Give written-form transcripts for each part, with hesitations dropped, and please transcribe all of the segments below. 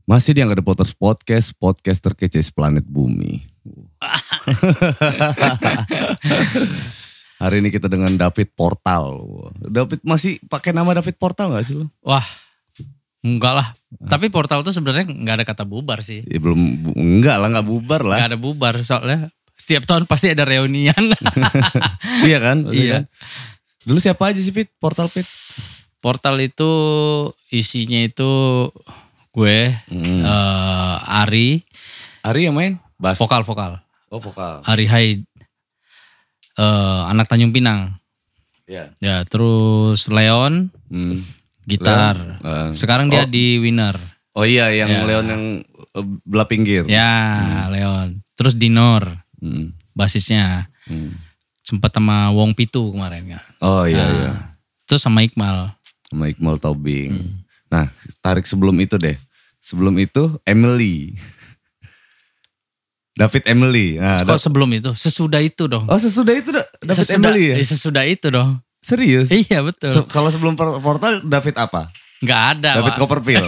Masih di Angga The Potters Podcast, podcast terkece seplanet bumi. Hari ini kita dengan David Portal. David masih pakai nama David Portal gak sih lo? Wah, enggak lah. Tapi Portal tuh sebenarnya nggak ada kata bubar sih. Ya belum, enggak lah, nggak bubar lah. Nggak ada bubar soalnya setiap tahun pasti ada reunian. Iya kan? Iya. Kan? Dulu siapa aja sih Fit? Portal Fit? Portal itu isinya itu gue, Ari. Ari yang main? Bass? Vokal. Oh vokal. Ari Haid, anak Tanjung Pinang. Iya. Ya, terus Leon, gitar. Sekarang dia di Winner. Oh iya, yang Leon yang belah pinggir. Ya, Leon. Terus Dinor, basisnya. Sempat sama Wong Pitu kemarin kan. Oh iya. Terus sama Iqmal. Sama Iqmal Tobing. Nah, tarik sebelum itu deh. Sebelum itu Emily. David Emily. Nah, Kok sebelum itu? Sesudah itu dong. Oh sesudah itu David Emily ya? Sesudah itu dong. Serius? Iya betul. Kalau sebelum Portal David apa? Nggak ada. David Copperfield.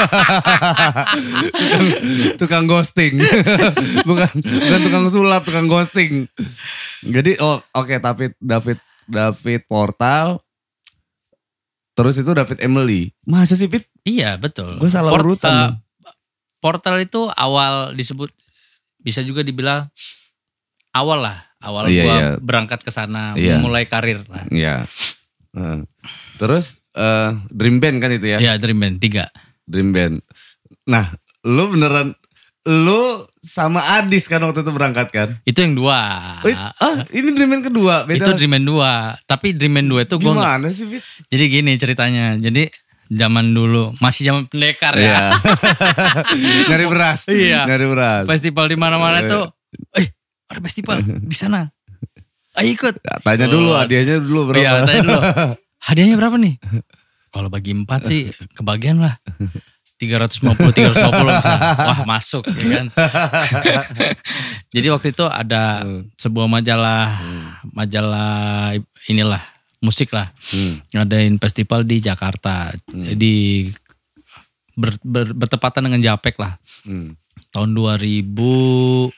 tukang ghosting. bukan tukang sulap, tukang ghosting. Jadi oke, David Portal. Terus itu David Emily. Masa sih Pit? Iya betul. Gue salah urutan. Portal itu awal disebut, bisa juga dibilang awal lah. Awal gue berangkat ke sana, memulai karir lah. Iya. Terus Dream Band kan itu ya? Iya, Dream Band 3. Dream Band. Nah, lu sama Adis kan waktu itu berangkat kan? Itu yang 2. Ini Dream Band kedua, beda. Itu Dream Band 2. Tapi Dream Band 2 itu gue gimana sih, Fit? Jadi gini ceritanya. Jadi zaman dulu, masih zaman pendekar ya. Nyari beras. Iya. Nyari beras. Festival di mana-mana tuh. Ada festival di sana. Ayo ikut. Tanya dulu hadiahnya dulu berapa. Iya, tanya dulu. Hadiahnya berapa nih? Kalau bagi 4 sih kebagian lah. 350 misalnya. Wah masuk ya kan. Jadi waktu itu ada sebuah majalah inilah musik lah. Ngadain festival di Jakarta. Jadi bertepatan dengan Japek lah. Tahun 2005.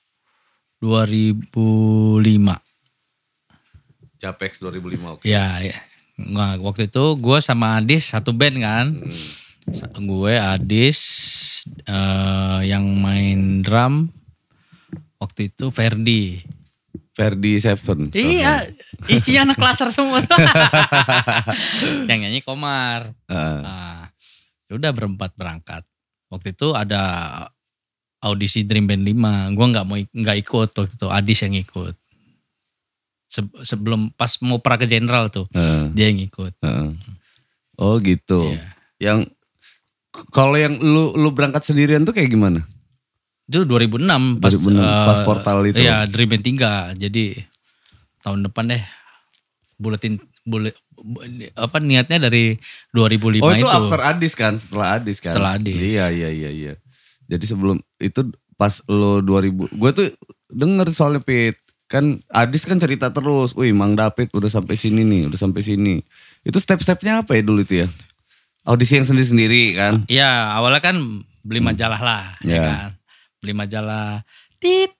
Japex 2005 oke. Ya. Nah, waktu itu gue sama Adis satu band kan. Gue, Adis, yang main drum waktu itu Ferdi Seven. Iya, isinya anak Lasar semua. Yang nyanyi Komar. Nah, udah berempat berangkat. Waktu itu ada audisi Dream Band 5. Gue nggak ikut waktu itu, Adis yang ikut. Sebelum pas mau pra ke Jenderal tuh, dia yang ikut. Oh gitu. Iya. Yang kalau yang lu berangkat sendirian tuh kayak gimana? Itu 2006 pas Portal itu. Iya, Dream Band 3. Jadi tahun depan deh niatnya dari 2005 itu. Oh itu after Adis kan, setelah Adis kan? Setelah Adis. Iya. Jadi sebelum itu pas lo 2000, gue tuh denger soalnya Pit. Kan Adis kan cerita terus, wih Mang David udah sampai sini nih, udah sampai sini. Itu step-stepnya apa ya dulu itu ya? Audisi yang sendiri-sendiri kan? Iya, awalnya kan beli majalah lah, ya kan. Beli majalah, tit.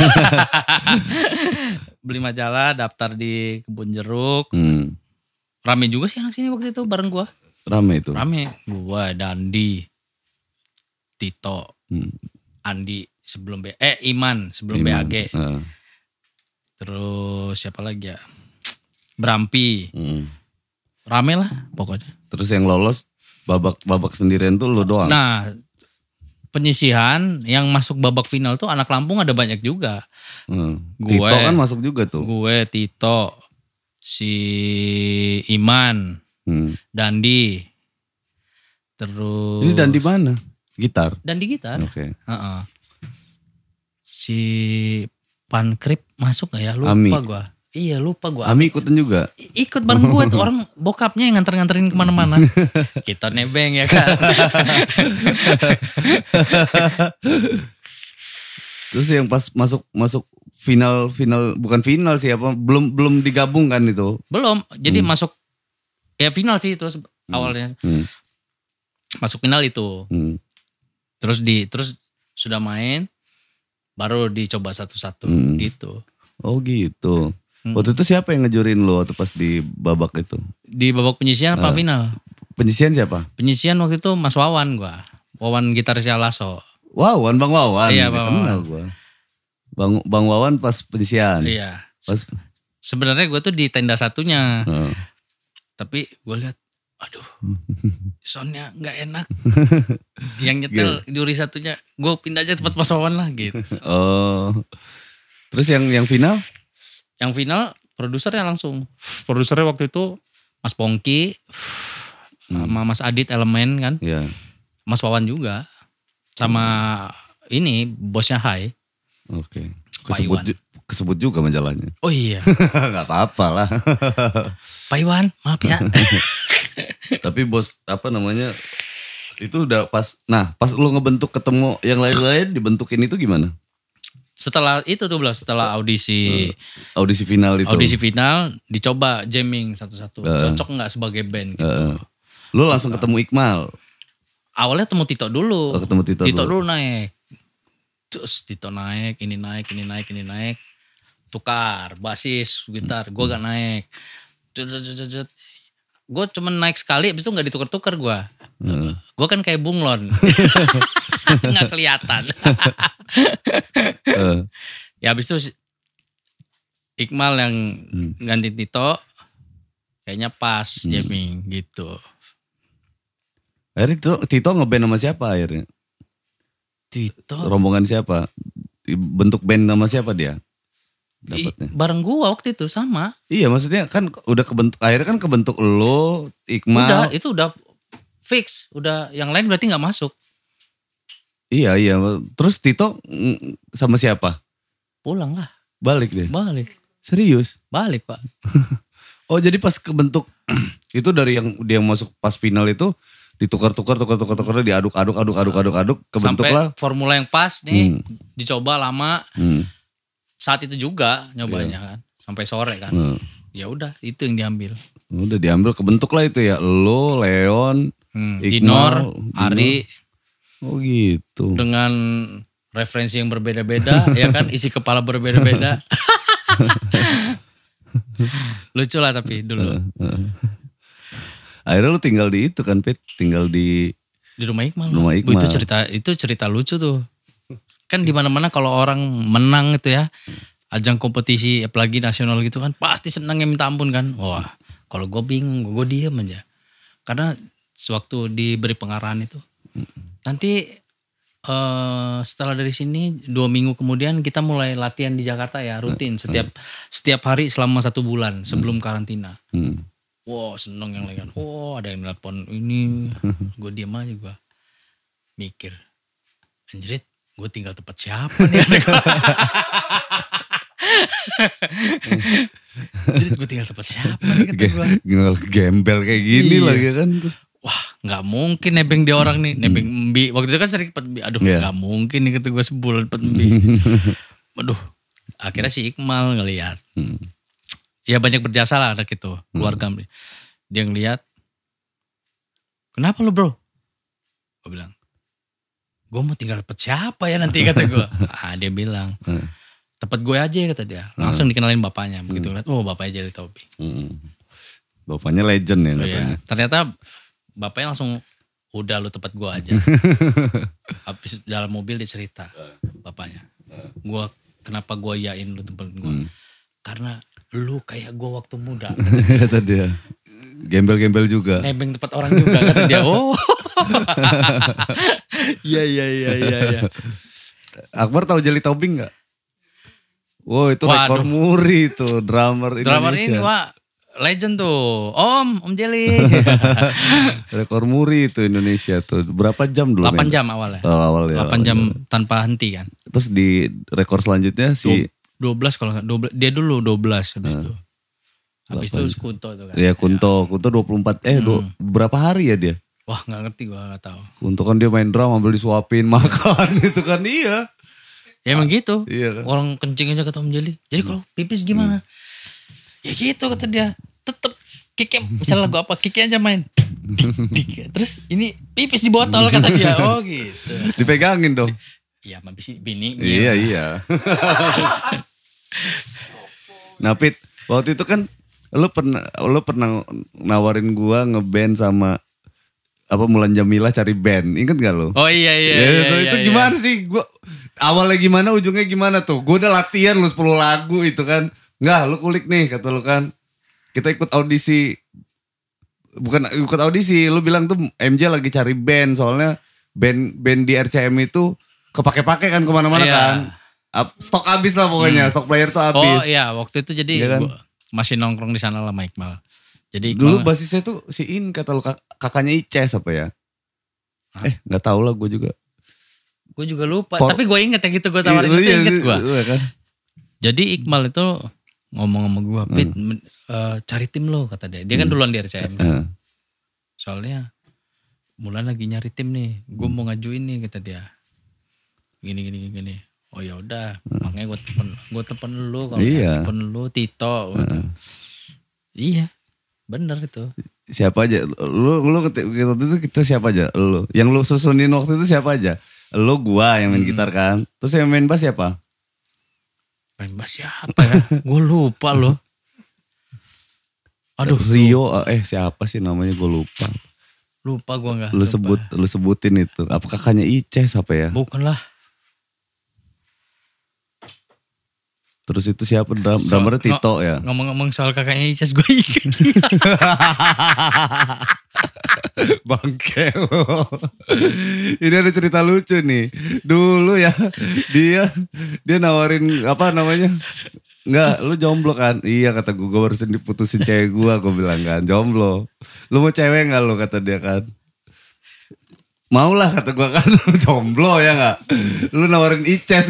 Beli majalah, daftar di Kebun Jeruk. Rame juga sih anak sini waktu itu bareng gua. Rame itu? Rame, gua, Dandi, Tito, Andi sebelum Iman sebelum BAG. Terus siapa lagi ya? Brampi. Rame lah pokoknya. Terus yang lolos babak sendirian tuh lo doang? Nah, penyisihan yang masuk babak final tuh anak Lampung ada banyak juga. Tito kan masuk juga tuh. Gue, Tito, si Iman, Dandi. Terus. Ini Dandi mana? Gitar? Dandi gitar. Oke. Si Pankrip masuk gak ya? Lupa gue. Ami ikutan juga? Ikut bareng gue tuh. Orang bokapnya yang nganterin kemana-mana. Kita nebeng ya kan. Terus yang pas masuk final bukan final sih apa? Belum digabung kan itu? Belum. Jadi masuk ya final sih itu awalnya. Masuk final itu. Terus sudah main baru dicoba satu-satu gitu. Oh gitu. Waktu itu siapa yang ngejurin lo waktu pas di babak itu? Di babak penyisian apa final? Penyisian siapa? Penyisian waktu itu Mas Wawan gua. Wawan gitarisnya Lasso. Wawan, Bang Wawan. Iya, Bang kenal gua. Bang Wawan pas penyisian. Iya. Pas sebenarnya gue tuh di tenda satunya. Tapi gue lihat, aduh, soundnya nggak enak. Yang nyetel juri satunya, gue pindah aja tempat Mas Wawan lah gitu. Oh. Terus yang final? Yang final produsernya langsung. Produsernya waktu itu Mas Pongki, sama Mas Adit Elemen kan. Iya. Mas Wawan juga. Sama ini bosnya Hai. Oke. Iwan. Kesebut juga majalahnya. Oh iya. Gak apa-apa lah. Pak Iwan, maaf ya. Tapi bos apa namanya itu udah pas. Nah pas lu ngebentuk ketemu yang lain-lain dibentukin itu gimana? Setelah itu tuh setelah audisi final itu. Audisi final dicoba jamming satu-satu. Cocok nggak sebagai band gitu. Lu langsung ketemu Iqmal. Awalnya ketemu Tito dulu. Ketemu Tito dulu naik. Terus Tito naik, ini naik. Tukar, basis, gitar. Gue gak naik. Gue cuma naik sekali, abis itu gak ditukar-tukar gue. Gue kan kayak bunglon. Gak kelihatan. Ya abis itu Iqmal yang ganti Tito. Kayaknya pas jamming gitu. Akhirnya Tito ngeband sama siapa akhirnya? Tito. Rombongan siapa? Bentuk band sama siapa dia? Dapatnya. Bareng gua waktu itu sama. Iya maksudnya kan udah kebentuk, akhirnya kan kebentuk lo, Iqmal. Itu udah fix. Udah yang lain berarti gak masuk. Iya. Terus Tito sama siapa? Pulang lah. Balik deh? Balik. Serius? Balik Pak. Oh jadi pas kebentuk itu dari yang dia masuk pas final itu ditukar-tukar diaduk kebentuklah sampai formula yang pas nih dicoba lama. Saat itu juga nyobanya kan sampai sore kan. Ya udah itu yang diambil. Udah diambil kebentuklah itu ya. Lo, Leon, Dinor, Ari. Oh gitu. Dengan referensi yang berbeda-beda ya kan, isi kepala berbeda-beda. Lucu lah tapi dulu. Akhirnya lu tinggal di itu kan Pit, tinggal di rumah Iqmal. Rumah Iqmal. Itu cerita lucu tuh. Kan di mana-mana kalau orang menang itu ya, ajang kompetisi apalagi nasional gitu kan, pasti senangnya minta ampun kan. Wah, kalau gue bingung, gue diem aja. Karena sewaktu diberi pengarahan itu, nanti setelah dari sini 2 minggu kemudian kita mulai latihan di Jakarta ya, rutin setiap hari selama 1 bulan sebelum karantina. Wow, seneng yang lain kan. Ada yang nelpon ini. Gue diem aja gue. Mikir. Anjrit, gue tinggal tempat siapa nih? Anjrit, gue tinggal tempat siapa nih kata gue. Gembel kayak gini lagi kan. Wah, gak mungkin nebeng dia orang nih. Nebeng Mbi. Waktu itu kan sering pet Mbi. Aduh, gak mungkin nih kata gue sebulan pet Mbi. Aduh, akhirnya si Iqmal ngelihat. Ya banyak berjasa lah anak itu, keluarga. Dia ngeliat, kenapa lu bro? Gue bilang, gue mau tinggal tempat siapa ya nanti kata gue. Dia bilang, tempat gue aja kata dia. Langsung dikenalin bapaknya. Begitu lihat, bapaknya Jelly Topi. Bapaknya legend ya katanya. Iya. Ternyata bapaknya langsung, udah lu tempat gue aja. Habis dalam mobil dia cerita, bapaknya. Kenapa gue yain lu tempat gue? Karena lu kayak gue waktu muda. Kata dia. Gembel-gembel juga. Nebeng tempat orang juga kata dia. Oh. Iya. Akbar tahu Jelly Tobing gak? Wow itu rekor muri tuh. Drummer Indonesia. Drummer ini legend tuh. Om Jelly. Rekor muri itu Indonesia tuh. Berapa jam dulu? 8 jam awalnya. Awalnya. 8 jam tanpa henti kan. Terus di rekor selanjutnya si 12 kalau enggak 12, dia dulu 12 habis itu. Habis itu Kunto itu kan. Iya Kunto 24 berapa hari ya dia? Wah, enggak ngerti gua, enggak tahu. Kunto kan dia main drum ambil disuapin makan itu kan iya. Ya emang gitu. Iya kan. Orang kencing aja kata Om Jelly. Jadi kalau pipis gimana? Ya gitu kata dia. Tetep kiki misalnya gua apa kiki aja main. Terus ini pipis di botol kata dia. Oh gitu. Dipegangin dong. Iya, habis bini. Iya. Nah Pit, waktu itu kan lu pernah nawarin gua ngeband sama Mulan Jamila cari band. Ingat gak lu? Oh iya. Itu gimana sih? Gua awalnya gimana, ujungnya gimana tuh? Gua udah latihan lu 10 lagu itu kan. Enggak, lu kulik nih kata lu kan. Kita ikut audisi. Bukan ikut audisi, lu bilang tuh MJ lagi cari band. Soalnya band di RCM itu kepake-pake kan kemana-mana kan. Stok habis lah pokoknya, stok player tuh habis. Oh iya, waktu itu jadi ya kan? gua masih nongkrong di sana lah sama Iqmal. Jadi Dulu basisnya tuh si In kata lu kakaknya Ices apa ya? Nggak tahu lah gue juga. Gue juga lupa, tapi gue inget yang gitu gue tawarin itu inget gue. Kan? Jadi Iqmal itu ngomong sama gue, Pit, cari tim lo kata dia. Dia kan duluan di RCM. Soalnya Mulan lagi nyari tim nih, gue mau ngajuin nih kata dia. Gini. Oh ya udah, makanya gue tepen lu kalau tepen lu Tito. Iya, bener itu. Siapa aja? Lu waktu itu kita siapa aja? Lu. Yang lu susunin waktu itu siapa aja? Lu, gua yang main gitar kan. Terus yang main bass siapa? Main bass siapa ya? Gue lupa loh. Aduh, Rio. Siapa sih namanya? Gue lupa. Lupa gue nggak. Lu sebutin itu. Apa kakaknya Ices apa ya? Bukan lah. Terus itu siapa? Drummernya Tito ya? Ngomong-ngomong soal kakaknya Ices gue inget. Bangke lo. Ini ada cerita lucu nih. Dulu ya dia nawarin apa namanya? Enggak, lu jomblo kan? Iya kata gue barusan diputusin cewek gue bilang kan jomblo. Lu mau cewek gak lu kata dia kan? Mau lah kata gue kan jomblo ya gak? Lu nawarin Ices.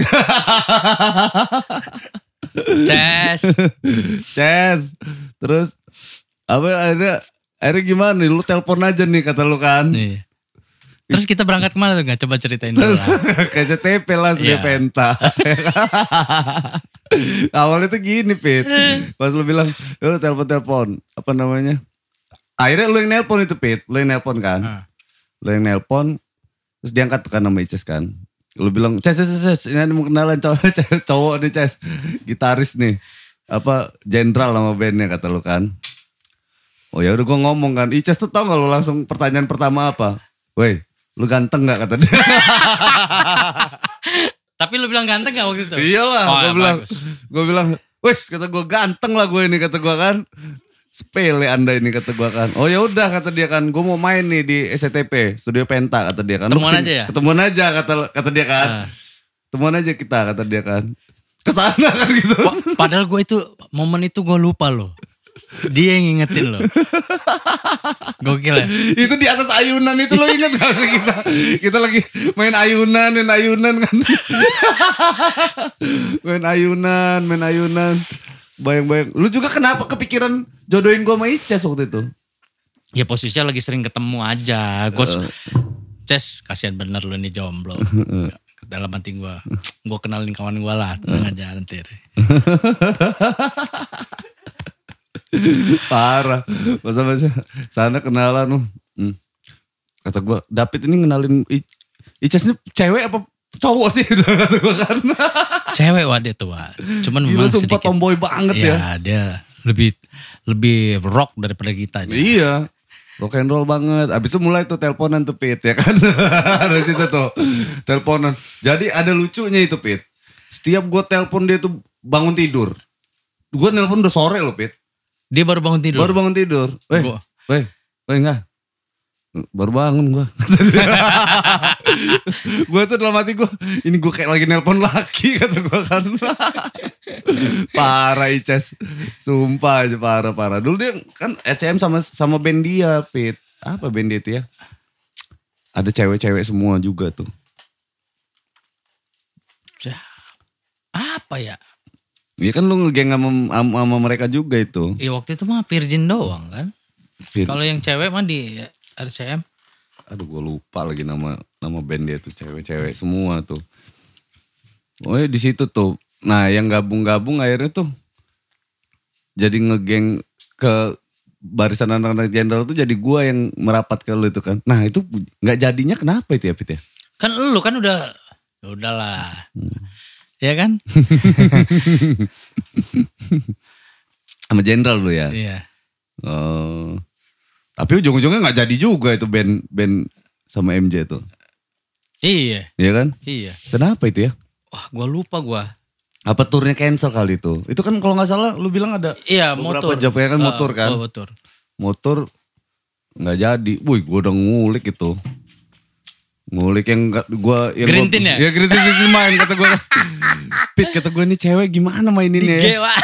Ces. Terus akhirnya gimana nih? Lu telepon aja nih kata lu kan. Iya. Terus kita berangkat kemana tuh? Gak coba ceritain dulu lah. Ke CTP lah Studio Penta. Awalnya tuh gini Pit. Pas lu bilang lu telepon. Apa namanya? Akhirnya lu yang nelpon itu Pit. Lu yang nelpon kan. Lu yang nelpon. Terus diangkat kan nama Ices kan. Lu bilang, Ces, ini ada mau kenalan cowok nih Ces. Gitaris nih. Jenderal nama bandnya kata lu kan. Oh ya udah gue ngomong kan. Ices tuh tau gak lu langsung pertanyaan pertama apa? Woi, lu ganteng gak kata dia. Tapi lu bilang ganteng gak waktu itu? Iyalah, gue bilang, wes kata gue ganteng lah gue ini kata gue kan. Sepele anda ini kata gue kan. Oh ya udah kata dia kan, gue mau main nih di SCTP Studio Penta kata dia kan. Ketemuan aja ya? Ketemuan aja kata dia kan. Ketemuan aja kita kata dia kan. Kesana kan gitu. Padahal gue itu momen itu gue lupa loh. Dia yang ngingetin loh. Gokil ya. Itu di atas ayunan itu lo inget gak sih kita lagi main ayunan kan. main ayunan. Bayang-bayang. Lu juga kenapa kepikiran jodohin gue sama Ices waktu itu? Ya posisinya lagi sering ketemu aja. Gue Ces, kasihan bener lu nih jomblo. Dalam hati gue kenalin kawan gue lah. Tenang aja nanti. Parah. Masa sana kenalan. Kata gue, David ini kenalin Ices ini cewek apa cowok sih? Kata gue kan. Cewek dia tuh. Cuman gila, memang sumpah sedikit. tomboy banget ya. Iya, dia lebih rock daripada kita. Dia. Iya. Rock and roll banget. Abis itu mulai tuh teleponan tuh Pit ya kan. Dari situ tuh teleponan. Jadi ada lucunya itu Pit. Setiap gue telepon dia tuh bangun tidur. Gue nelpon udah sore loh Pit. Dia baru bangun tidur. Weh enggak. Baru bangun gue. Gue tuh dalam hati gue, ini gue kayak lagi nelpon laki kata gue kan. Parah Ices. Sumpah aja parah. Dulu dia kan RCM sama band dia Pit. Apa band dia itu ya? Ada cewek-cewek semua juga tuh. Apa ya? Iya kan lu ngegeng sama mereka juga itu. Iya waktu itu mah Virgin doang kan. Kalau yang cewek mah di RCM. Aduh gue lupa lagi nama band dia tuh, cewek-cewek semua tuh. Oh ya di situ tuh. Nah yang gabung-gabung akhirnya tuh jadi ngegeng ke barisan anak-anak jenderal tuh jadi gue yang merapat ke lu itu kan. Nah itu nggak jadinya kenapa itu ya Pit ya? Kan lu kan udah, udahlah. Ya kan? Sama jenderal lu ya? Iya. Oh. Tapi ujung-ujungnya nggak jadi juga itu band sama MJ tuh. Iya. Iya kan? Iya. Kenapa itu ya? Wah gue lupa gue. Apa turnya cancel kali itu? Itu kan kalau nggak salah lu bilang ada Iya beberapa motor. job ya kan motor kan? Oh motor. Motor nggak jadi. Wih gue udah ngulik itu. Ngulik yang gue yang Gerintin ya? Ya gerintin main kata gue. Pit kata gue ini cewek gimana maininnya ya? Wak.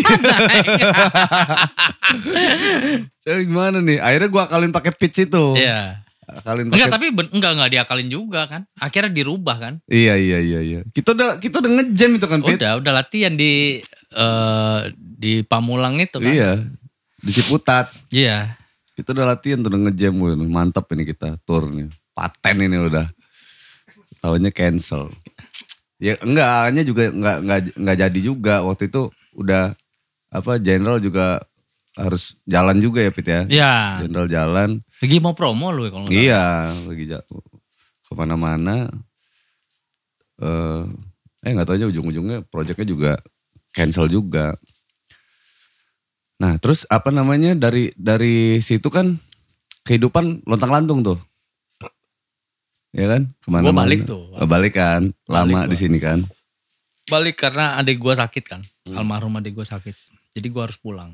Cewek gimana nih? Akhirnya gue akalin pakai pitch itu. Iya. Akalin Enggak pakai. tapi enggak diakalin juga kan. Akhirnya dirubah kan. Iya. Kita udah ngejam itu kan Pit. Udah latihan di Pamulang itu kan. Iya. Di Ciputat. Iya. Kita udah latihan tuh udah ngejam. Mantap ini kita tour nih. Paten ini udah. Tahunya cancel. Ya enggaknya juga enggak jadi juga. Waktu itu udah Jenderal juga harus jalan juga ya Pit ya. Iya. Jenderal jalan. Lagi mau promo lu ya kalau nggak salah. Iya, lagi jatuh kemana-mana. Nggak tahu aja ujung-ujungnya proyeknya juga cancel juga. Nah terus dari situ kan kehidupan lontang-lantung tuh. Ya kan? Kemana-mana. Gua balik tuh. Balik kan, lama Balik di sini kan. Balik karena adik gua sakit kan. Almarhum adik gua sakit. Jadi gua harus pulang.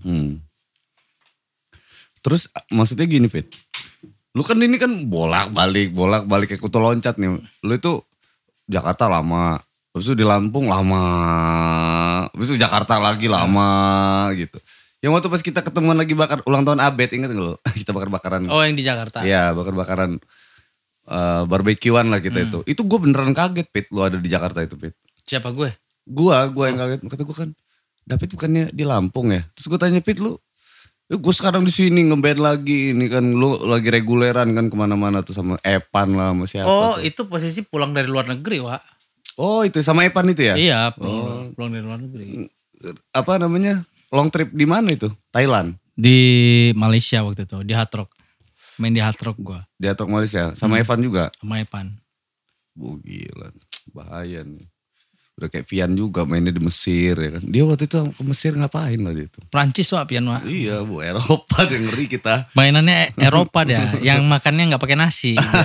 Terus maksudnya gini Pit. Lu kan ini kan bolak-balik kayak kutu loncat nih. Lu itu Jakarta lama. Habis itu di Lampung lama. Habis itu Jakarta lagi lama gitu. Yang waktu pas kita ketemuan lagi bakar ulang tahun Abed, inget gak lu? Kita bakar-bakaran. Oh yang di Jakarta? Iya bakar-bakaran barbekyuan lah kita itu. Itu gue beneran kaget Pit, lu ada di Jakarta itu Pit. Siapa gue? Gue yang kaget. Kata gue kan, David bukannya di Lampung ya? Terus gue tanya Pit lu, gue sekarang di sini ngeband lagi, ini kan lu lagi reguleran kan kemana-mana tuh sama Epan lah sama siapa. Oh tuh. itu posisi pulang dari luar negeri Wak. Oh itu sama Epan itu ya? Iya pulang dari luar negeri. Apa namanya? Long trip di mana itu? Thailand? Di Malaysia waktu itu, di Hard Rock. Main di Hard Rock gue. Di Atok Malaysia? Sama Evan juga? Sama Evan. Gila, bahaya nih. Udah kayak Vian juga mainnya di Mesir ya kan. Dia waktu itu ke Mesir ngapain lah dia itu? Prancis Wak pian Wak. Iya bu, Eropa yang ngeri kita. Mainannya Eropa dia, yang makannya gak pakai nasi. Gitu.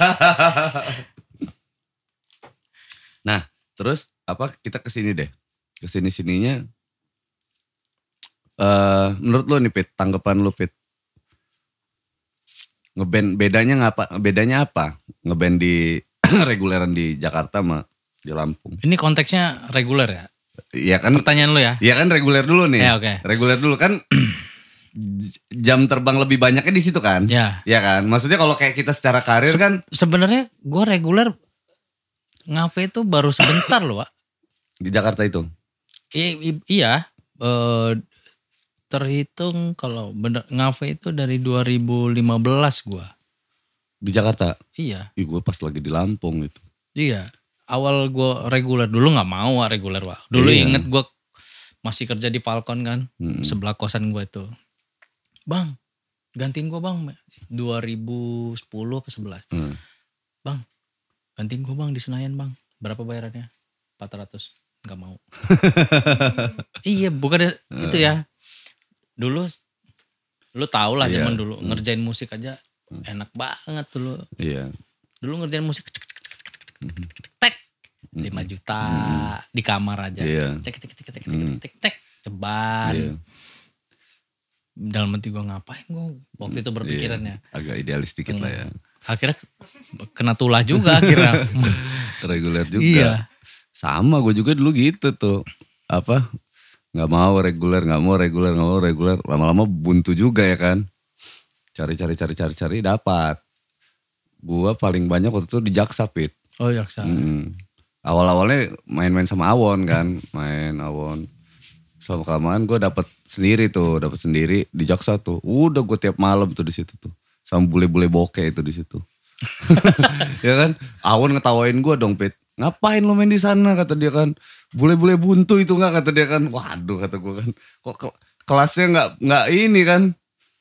Nah terus kita kesini deh. Kesini-sininya. Menurut lo nih Pit, tanggapan lo Pit. Ngeband bedanya apa? Ngeband di reguleran di Jakarta sama di Lampung. Ini konteksnya reguler ya? Iya kan? Pertanyaan lo ya? Iya kan reguler dulu nih. Ya, oke. Reguler dulu kan jam terbang lebih banyaknya di situ kan? Ya. Iya kan? Maksudnya kalau kayak kita secara karir kan sebenarnya gue reguler ngafe itu baru sebentar loh, Pak. di Jakarta itu. Iya, terhitung kalau bener ngafe itu dari 2015 gue. Di Jakarta? Iya. Ih gue pas lagi di Lampung itu. Iya. Awal gue reguler dulu nggak mau reguler Pak. Dulu inget gue masih kerja di Falcon kan, sebelah kosan gue itu. Bang, gantiin gue bang. 2010 apa 11. Bang, gantiin gue bang di Senayan bang. Berapa bayarannya? 400. Gak mau. Iya bukan itu ya. Dulu lu tau lah zaman dulu ngerjain musik aja enak banget dulu. Iya. Dulu ngerjain musik tek 5 juta di kamar aja. Tek ceban. Iya. Dalam hati gue ngapain gue waktu itu berpikirannya. Agak idealis dikit lah ya. Akhirnya kena tulah juga akhirnya. Reguler juga. Iya. Sama gue juga dulu gitu tuh. Gak mau reguler. Lama-lama buntu juga ya kan. Cari dapat. Gue paling banyak waktu itu di Jaksa Pit. Oh Jaksa. Awal-awalnya main-main sama Awon kan. Main Awon. Selama kelamaan gue dapat sendiri di Jaksa tuh. Udah gue tiap malam tuh di situ tuh. Sama bule-bule bokeh itu di situ. Ya kan? Awon ngetawain gue dong Pit. Ngapain lo main di sana kata dia kan. Bule-bule buntu itu enggak kata dia kan. Waduh kata gue kan. Kok kelasnya enggak ini kan.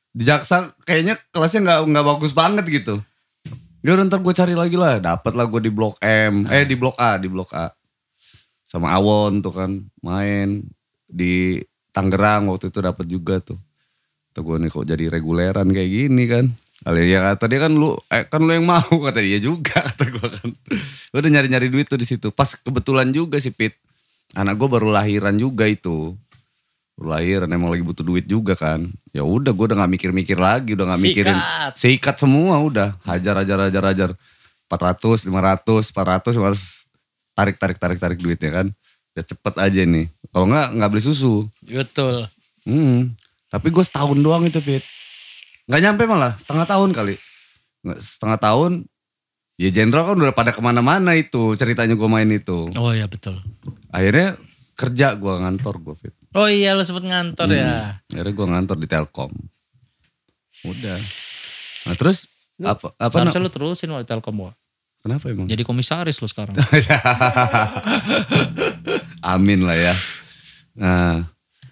Di Jaksa kayaknya kelasnya nggak bagus banget gitu. Ya udah ntar gue cari lagi lah. Dapet lah gue di Blok M. Di Blok A. Sama Awon tuh kan main. Di Tangerang waktu itu dapet juga tuh. Kata gue nih kok jadi reguleran kayak gini kan. Kali ya kata dia kan lu yang mau, kata dia juga kata gue kan. Gue udah nyari-nyari duit tuh di situ. Pas kebetulan juga sih Pit. Anak gue baru lahiran juga itu. Baru lahiran emang lagi butuh duit juga kan. Ya udah gue udah gak mikir-mikir lagi, udah gak mikirin. Sikat semua udah. Hajar. 400, 500, 400, 500. Tarik duitnya kan. Ya cepet aja nih. Kalau nggak beli susu. Betul. Tapi gue setahun doang itu Fit. Nggak nyampe malah setengah tahun kali. Setengah tahun. Ya Jenderal kan udah pada kemana-mana itu ceritanya gue main itu. Oh iya betul. Akhirnya kerja gue ngantor gue Fit. Oh iya lo sempet ngantor ya. Akhirnya gue ngantor di Telkom. Udah. Nah terus apa Harusnya lu terusin di Telkom Wak. Kenapa emang? Jadi komisaris lo sekarang. Amin lah ya. Nah,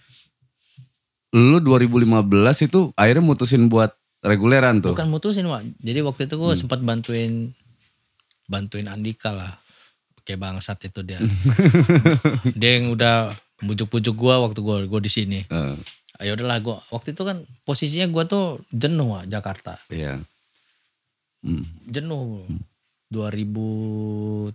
lu 2015 itu akhirnya mutusin buat reguleran tuh. Bukan mutusin Wak. Jadi waktu itu gue sempat bantuin Andika lah. Kayak bangsat itu dia. Dia yang udah bujuk-bujuk gue waktu gue di sini. Ayo udahlah gue. Waktu itu kan posisinya gue tuh jenuh Wak, Jakarta. Iya. Jenuh. 2013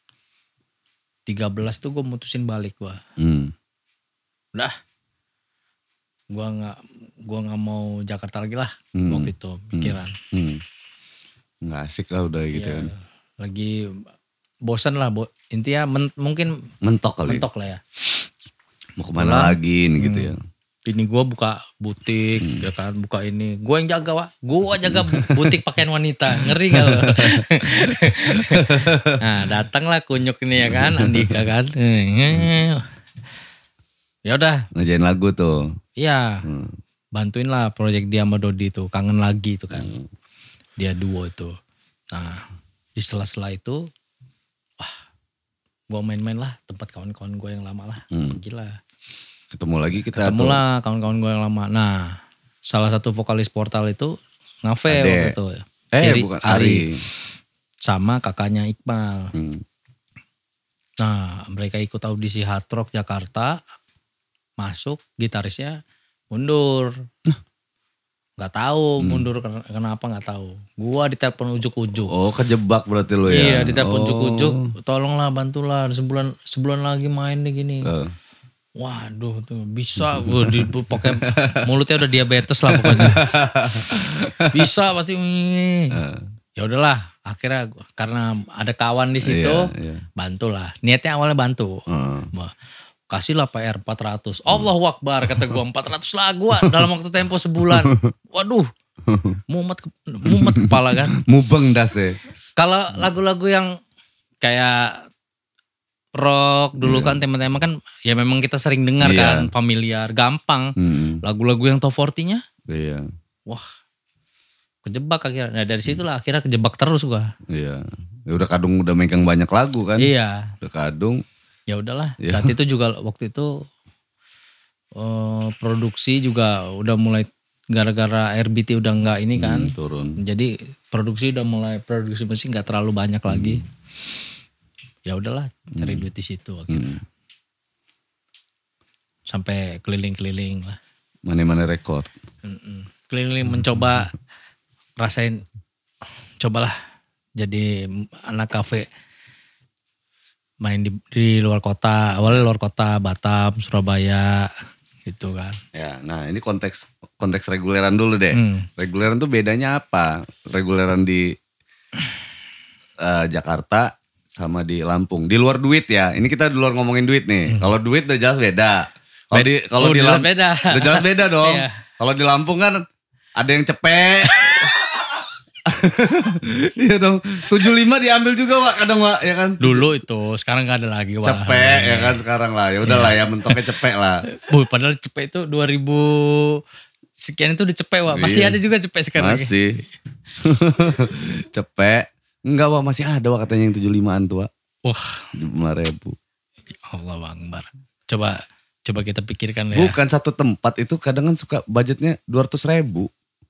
tuh gue mutusin balik gue. Udah. Gue nggak mau Jakarta lagi lah waktu itu pikiran. Nggak asik lah udah gitu kan. Lagi bosan lah. Intinya mungkin mentok kali. Mentok lah ya. Mau kemana lagi nih gitu ya. Ini gue buka butik ya kan, buka ini. Gue yang jaga Wak. Gue jaga butik pakaian wanita. Ngeri gak lo? Nah datanglah kunyuk ini ya kan, Andika kan. Ya udah. Ngerjain lagu tuh. Iya. Bantuin lah proyek dia sama Dodi tuh. Kangen lagi tuh kan. Dia duo itu. Nah di sela-sela itu. Wah. Gue main-main lah. Tempat kawan-kawan gue yang lama lah. Pergilah. Ketemu lagi kita. Ketemu lah kawan-kawan gue yang lama. Nah salah satu vokalis Portal itu Ngafe waktu itu. Bukan Ari. Sama kakaknya Iqbal. Nah mereka ikut audisi Hard Rock Jakarta. Masuk gitarisnya mundur. Gak tahu mundur kenapa gak tahu. Gua ditelepon ujuk-ujuk. Oh kejebak berarti lo ya. Iya ditelepon ujuk-ujuk. Tolonglah bantulah sebulan lagi main nih gini. Waduh tuh bisa gue pakai mulutnya udah diabetes lah pokoknya. Bisa pasti. Ya udahlah akhirnya karena ada kawan di situ bantulah. Niatnya awalnya bantu. Kasihlah PR 400. Allahu Akbar kata gue 400 lagu dalam waktu tempo sebulan. Waduh. Mumet kepala kan. Mubeng das ya. Kalau lagu-lagu yang kayak rock dulu kan tema-tema kan ya memang kita sering dengar kan, familiar, gampang. Lagu-lagu yang top 40-nya. Iya. Wah. Kejebak akhirnya. Nah dari situlah akhirnya kejebak terus gua. Iya. Ya udah kadung udah megang banyak lagu kan. Iya. Udah kadung. Ya udahlah. Saat itu juga waktu itu produksi juga udah mulai gara-gara RBT udah enggak ini kan. Turun. Jadi produksi udah mulai produksi musik enggak terlalu banyak lagi. Ya udahlah cari duit di situ akhirnya. Sampai keliling-keliling lah. Mana-mana rekor. Keliling mencoba rasain, cobalah jadi anak kafe. Main di luar kota, awalnya luar kota, Batam, Surabaya gitu kan. Ya, nah ini konteks reguleran dulu deh. Reguleran tuh bedanya apa? Reguleran di Jakarta sama di Lampung. Di luar duit ya. Ini kita di luar ngomongin duit nih. Kalau duit udah jelas beda. Kalau di Lampung beda. Udah jelas beda dong. Iya. Kalau di Lampung kan ada yang cepet. Iya dong. 75 diambil juga Wak kadang Wak ya kan. Dulu itu, sekarang gak ada lagi Wak. Cepet ya kan sekarang lah. Ya udahlah ya mentoknya cepet lah. Padahal cepet itu 2000 sekian itu udah cepet Wak. Masih ada juga cepet sekarang. Masih. Cepet. Enggak Wak masih ada Wak katanya yang 75an tuh Wak. Wah. 5.000. Allah Akbar. Coba kita pikirkan ya. Bukan satu tempat itu kadang kan suka budgetnya 200.000.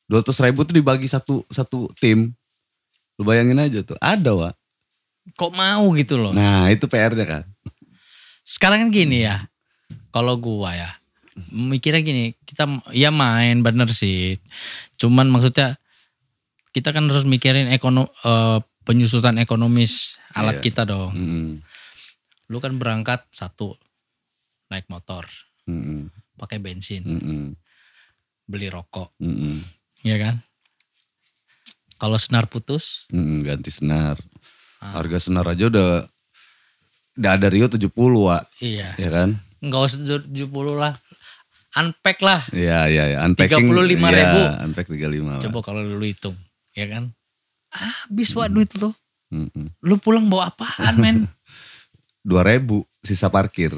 200.000 tuh dibagi satu tim. Lu bayangin aja tuh, ada Wak. Kok mau gitu loh. Nah itu PR-nya kan. Sekarang kan gini ya, kalau gua ya, mikirnya gini, kita ya main bener sih. Cuman maksudnya kita kan harus mikirin penyusutan ekonomis alat kita dong. Lu kan berangkat satu, naik motor, pakai bensin, beli rokok, ya kan? Kalau senar putus, ganti senar. Harga senar aja udah ada Rio 70 Wak. Iya. Ya kan? Enggak usah 70 lah. Unpack lah. Iya. Unpacking 35.000. Ya, unpack 35. Coba kalau lu hitung, ya kan? Habis Wak duit lu. Lu pulang bawa apaan men? 2.000 sisa parkir.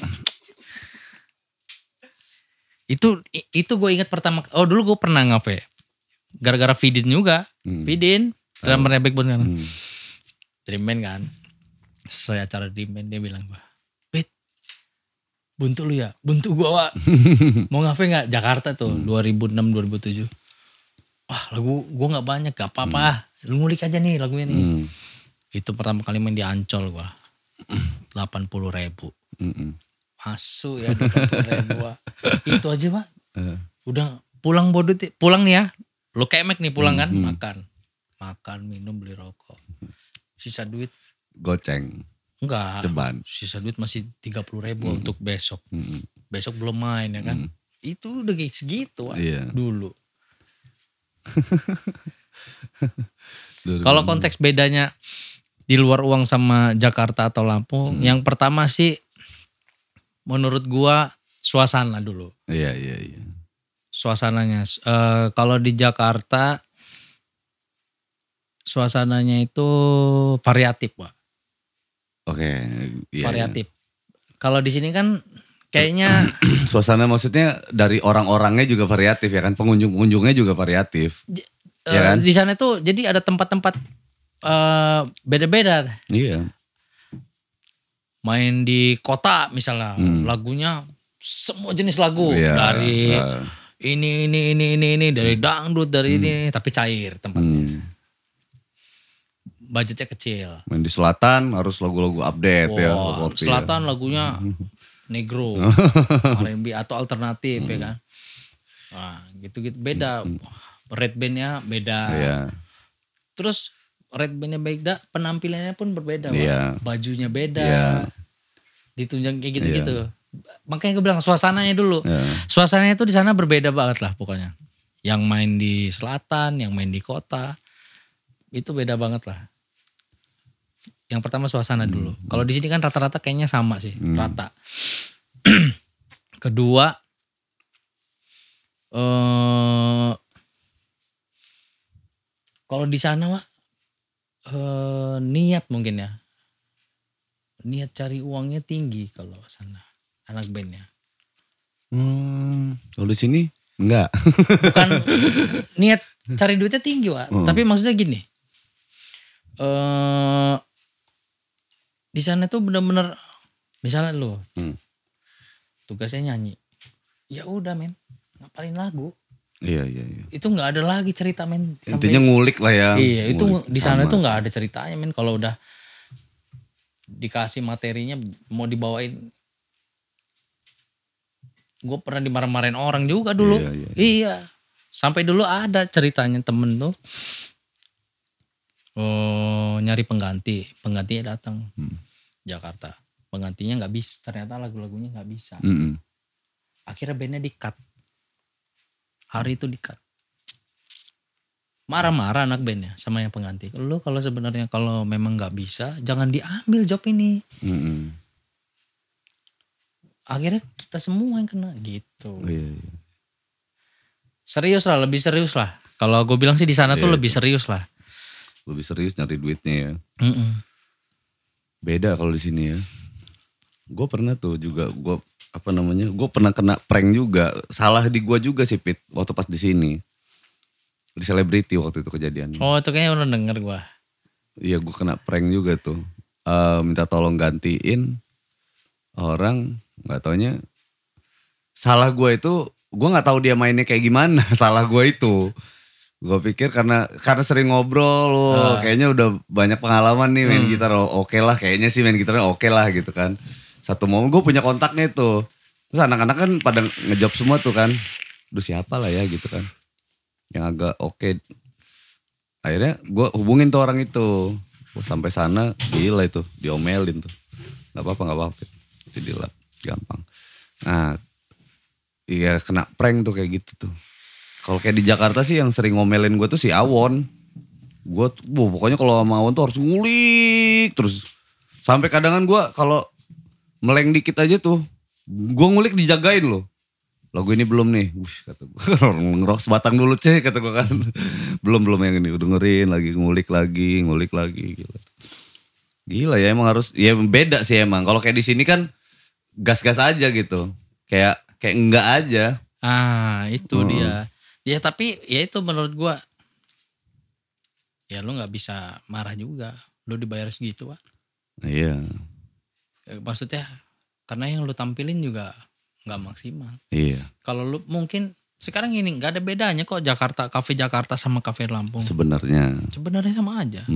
Itu gue ingat pertama. Oh dulu gue pernah ngafe. Gara-gara Vidin juga. Vidin. Drummernya Backbone kan. Dream Band kan. Sesuai acara Dream Band dia bilang gue. Bet. Buntu lu ya? Buntu gue Wak. Mau ngafe gak? Jakarta tuh. 2006-2007. Wah lagu gue gak banyak. Gak apa-apa. Lu ngulik aja nih lagunya nih. Itu pertama kali main di Ancol gue. 80.000. Masuk ya 80.000 Wak. Itu aja Pak. Udah pulang bodoh. Pulang nih ya. Lu kemek nih pulang kan. Makan, minum, beli rokok. Sisa duit. Goceng. Enggak. Ceban. Sisa duit masih 30.000 untuk besok. Besok belum main ya kan. Itu udah segitu Wak. Iya. Dulu. Kalau konteks bedanya di luar uang sama Jakarta atau Lampung. Yang pertama sih menurut gua suasana dulu. Iya. Suasananya. Kalau di Jakarta suasananya itu variatif Pak. Oke. Iya, variatif. Kalau di sini kan kayaknya. Suasana maksudnya dari orang-orangnya juga variatif ya kan. Pengunjung-pengunjungnya juga variatif. Ya kan? Di sana tuh jadi ada tempat-tempat beda-beda. Iya. Main di kota misalnya. Lagunya semua jenis lagu. Dari ini. Dari dangdut, dari ini. Tapi cair tempatnya. Budgetnya kecil. Main di selatan harus lagu-lagu update ya. Selatan lagunya negro, R&B atau alternatif ya kan. Nah gitu-gitu beda. Red bandnya beda. Iya. Terus red bandnya beda, penampilannya pun berbeda. Iya. Bajunya beda. Iya. Ditunjang kayak gitu-gitu. Makanya gue bilang suasananya dulu. Suasananya tuh di sana berbeda banget lah pokoknya. Yang main di selatan, yang main di kota. Itu beda banget lah. Yang pertama suasana dulu. Kalau di sini kan rata-rata kayaknya sama sih, rata. Kedua, kalau di sana Wak, niat mungkin ya, niat cari uangnya tinggi kalau sana anak bandnya. Kalau di sini enggak. Bukan niat cari duitnya tinggi Wak, tapi maksudnya gini. Di sana tuh bener-bener misalnya lo tugasnya nyanyi, ya udah men ngapalin lagu. Iya. Itu nggak ada lagi cerita men. Intinya ngulik lah ya. Iya itu di sana tuh nggak ada ceritanya men. Kalau udah dikasih materinya mau dibawain, gue pernah dimarah-marahin orang juga dulu. Iya. Sampai dulu ada ceritanya temen tuh. Nyari penggantinya datang Jakarta, penggantinya nggak bisa, ternyata lagu-lagunya nggak bisa. Akhirnya bandnya di-cut, hari itu di-cut. Marah-marah anak bandnya sama yang pengganti. Lu kalau sebenarnya kalau memang nggak bisa, jangan diambil job ini. Akhirnya kita semua yang kena gitu. Serius lah, lebih serius lah. Kalau gue bilang sih di sana tuh lebih serius lah. Lebih serius nyari duitnya ya. Beda kalau di sini ya. Gue pernah tuh juga, gue pernah kena prank juga. Salah di gue juga sih Pit, waktu pas di sini. Di Selebriti waktu itu kejadian. Oh itu kayaknya udah denger gue. Iya gue kena prank juga tuh. Minta tolong gantiin orang, gak taunya. Salah gue itu, gue gak tahu dia mainnya kayak gimana. Salah gue itu. Gue pikir karena sering ngobrol lo, kayaknya udah banyak pengalaman nih main gitar. Oke lah, kayaknya sih main gitarnya oke lah gitu kan. Satu momen gue punya kontaknya itu. Terus anak-anak kan pada ngejob semua tuh kan. Duh siapa lah ya gitu kan. Yang agak oke. Akhirnya gue hubungin tuh orang itu. Sampai sana gila itu, diomelin tuh. Gak apa-apa. Itu dilap, gampang. Nah, iya kena prank tuh kayak gitu tuh. Kalau kayak di Jakarta sih yang sering ngomelin gue tuh si Awon. Gue pokoknya kalau sama Awon tuh harus ngulik terus. Sampai kadangan gue kalau meleng dikit aja tuh, gue ngulik dijagain loh. Lagu ini belum nih, kata gue. Ngerok sebatang dulu cek, kata gue kan. belum yang ini, dengerin lagi, ngulik lagi. Gila ya emang harus, ya beda sih emang. Kalau kayak di sini kan gas-gas aja gitu, kayak enggak aja. Itu dia. Ya tapi ya itu menurut gue, ya lu nggak bisa marah juga, lu dibayar segitu Pak. Iya. Maksudnya karena yang lu tampilin juga nggak maksimal. Iya. Kalau lu mungkin sekarang ini nggak ada bedanya kok kafe Jakarta sama kafe Lampung. Sebenarnya sama aja.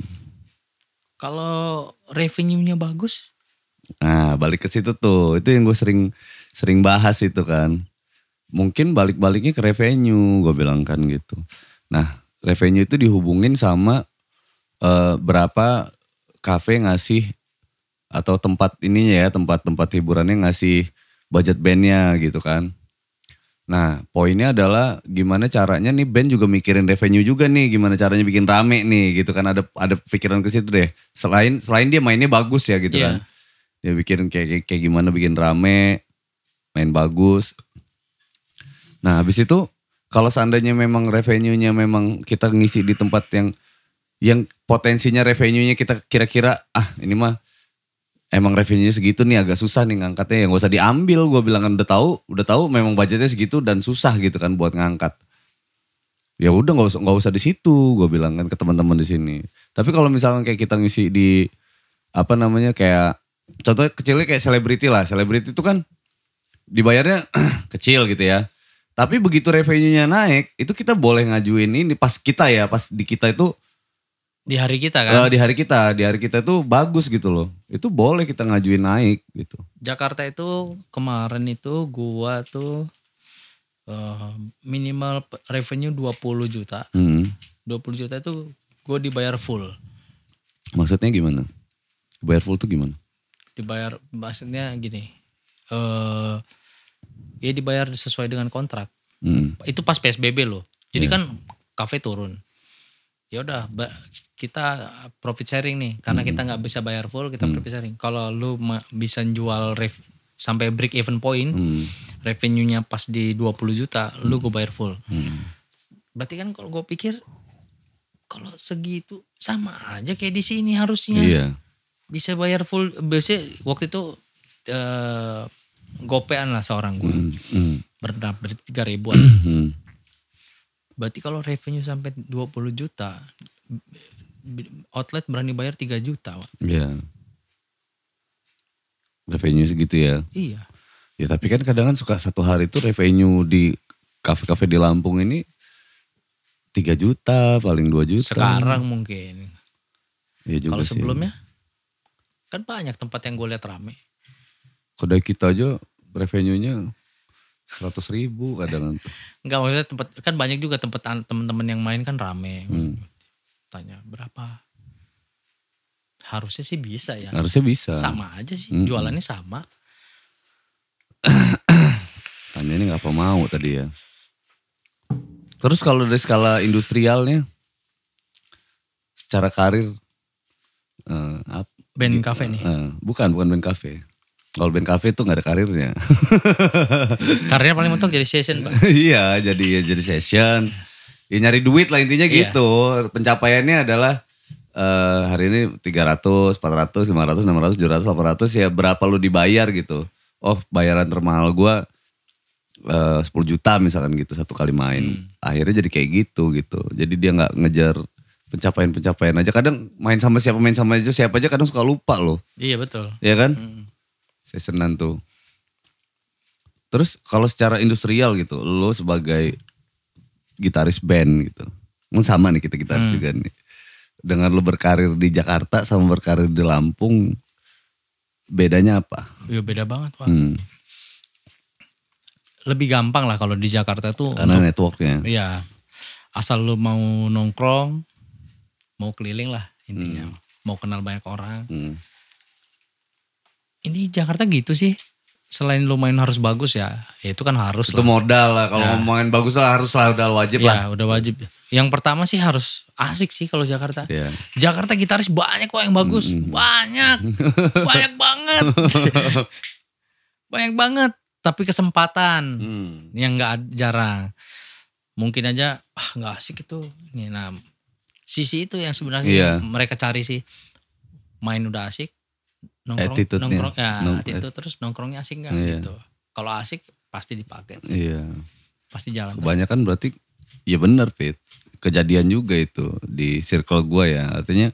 Kalau revenue-nya bagus. Nah balik ke situ tuh, itu yang gue sering bahas itu kan. Mungkin balik-baliknya ke revenue, gue bilang kan gitu. Nah revenue itu dihubungin sama berapa kafe ngasih atau tempat ininya ya, tempat hiburannya ngasih budget bandnya gitu kan. Nah poinnya adalah gimana caranya nih band juga mikirin revenue juga nih, gimana caranya bikin rame nih gitu kan, ada pikiran ke situ deh. Selain dia mainnya bagus ya gitu kan. Dia bikin kayak gimana bikin rame, main bagus. Nah habis itu kalau seandainya memang revenue-nya memang kita ngisi di tempat yang potensinya revenue-nya kita kira-kira ini mah emang revenue-nya segitu nih agak susah nih ngangkatnya, ya gak usah diambil. Gue bilang kan udah tahu memang budgetnya segitu dan susah gitu kan buat ngangkat. Ya udah nggak usah di situ, gue bilang kan ke teman-teman di sini. Tapi kalau misalkan kayak kita ngisi di kayak contohnya kecilnya kayak selebriti lah. Selebriti itu kan dibayarnya kecil gitu ya. Tapi begitu revenue-nya naik, itu kita boleh ngajuin ini pas di kita itu. Di hari kita kan? Di hari kita itu bagus gitu loh. Itu boleh kita ngajuin naik gitu. Jakarta itu kemarin itu gua tuh minimal revenue 20 juta. 20 juta itu gua dibayar full. Maksudnya gimana? Bayar full tuh gimana? Dibayar maksudnya gini. Ya dibayar sesuai dengan kontrak. Itu pas PSBB loh. Jadi kan kafe turun. Ya udah kita profit sharing nih. Karena kita nggak bisa bayar full, kita profit sharing. Kalau lu bisa jual sampai break even point, revenue-nya pas di 20 juta, lu gue bayar full. Berarti kan kalau gue pikir kalau segitu sama aja kayak di sini harusnya. Iya. Bisa bayar full. Biasanya waktu itu gopean lah seorang gue. Berarti 3.000-an. Berarti kalau revenue sampai 20 juta, outlet berani bayar 3 juta. Iya. Revenue segitu ya. Iya. Ya tapi kan kadang suka satu hari itu revenue di kafe-kafe di Lampung ini 3 juta, paling 2 juta. Sekarang mungkin. Iya juga. Kalau sebelumnya, kan banyak tempat yang gue lihat rame. Kedai kita aja revenue-nya 100.000 kadang. Enggak, maksudnya tempat kan banyak juga tempat teman-teman yang main kan rame. Tanya berapa? Harusnya sih bisa ya. Harusnya bisa. Sama aja sih, jualannya sama. Tanya ini ngapa mau tadi ya. Terus kalau dari skala industrialnya, secara karir, band cafe nih? Bukan band cafe. Kalau band cafe itu nggak ada karirnya. Karirnya paling mentok jadi session, Pak. Iya, jadi session. Ya nyari duit lah intinya gitu. Pencapaiannya adalah hari ini 300, 400, 500, 600, 700, 800 ya berapa lu dibayar gitu. Oh bayaran termahal gue 10 juta misalkan gitu satu kali main. Akhirnya jadi kayak gitu. Jadi dia gak ngejar pencapaian aja. Kadang main sama siapa aja kadang suka lupa loh. Iya betul. Iya kan? Seasonan tuh. Terus kalau secara industrial gitu, lo sebagai gitaris band gitu. Sama nih kita gitaris juga nih. Dengan lu berkarir di Jakarta sama berkarir di Lampung, bedanya apa? Ya beda banget Pak. Lebih gampang lah kalau di Jakarta tuh. Karena networknya. Iya. Asal lu mau nongkrong, mau keliling lah intinya. Mau kenal banyak orang. Ini Jakarta gitu sih. Selain lu main harus bagus ya itu kan harus itu lah. Modal lah. Kalau ngomongin bagus lah harus lah, udah wajib lah. Ya udah wajib. Yang pertama sih harus asik sih kalau Jakarta. Yeah. Jakarta gitaris banyak kok yang bagus. Banyak. Banyak banget. Banyak banget. Tapi kesempatan yang gak jarang. Mungkin aja gak asik itu. Nah, sisi itu yang sebenarnya mereka cari sih. Main udah asik. Nongkrong ya attitude terus nongkrongnya asik gak gitu. Kalau asik pasti dipakai. Iya. Pasti jalan. Kebanyakan berarti ya benar Pit. Kejadian juga itu di circle gue ya. Artinya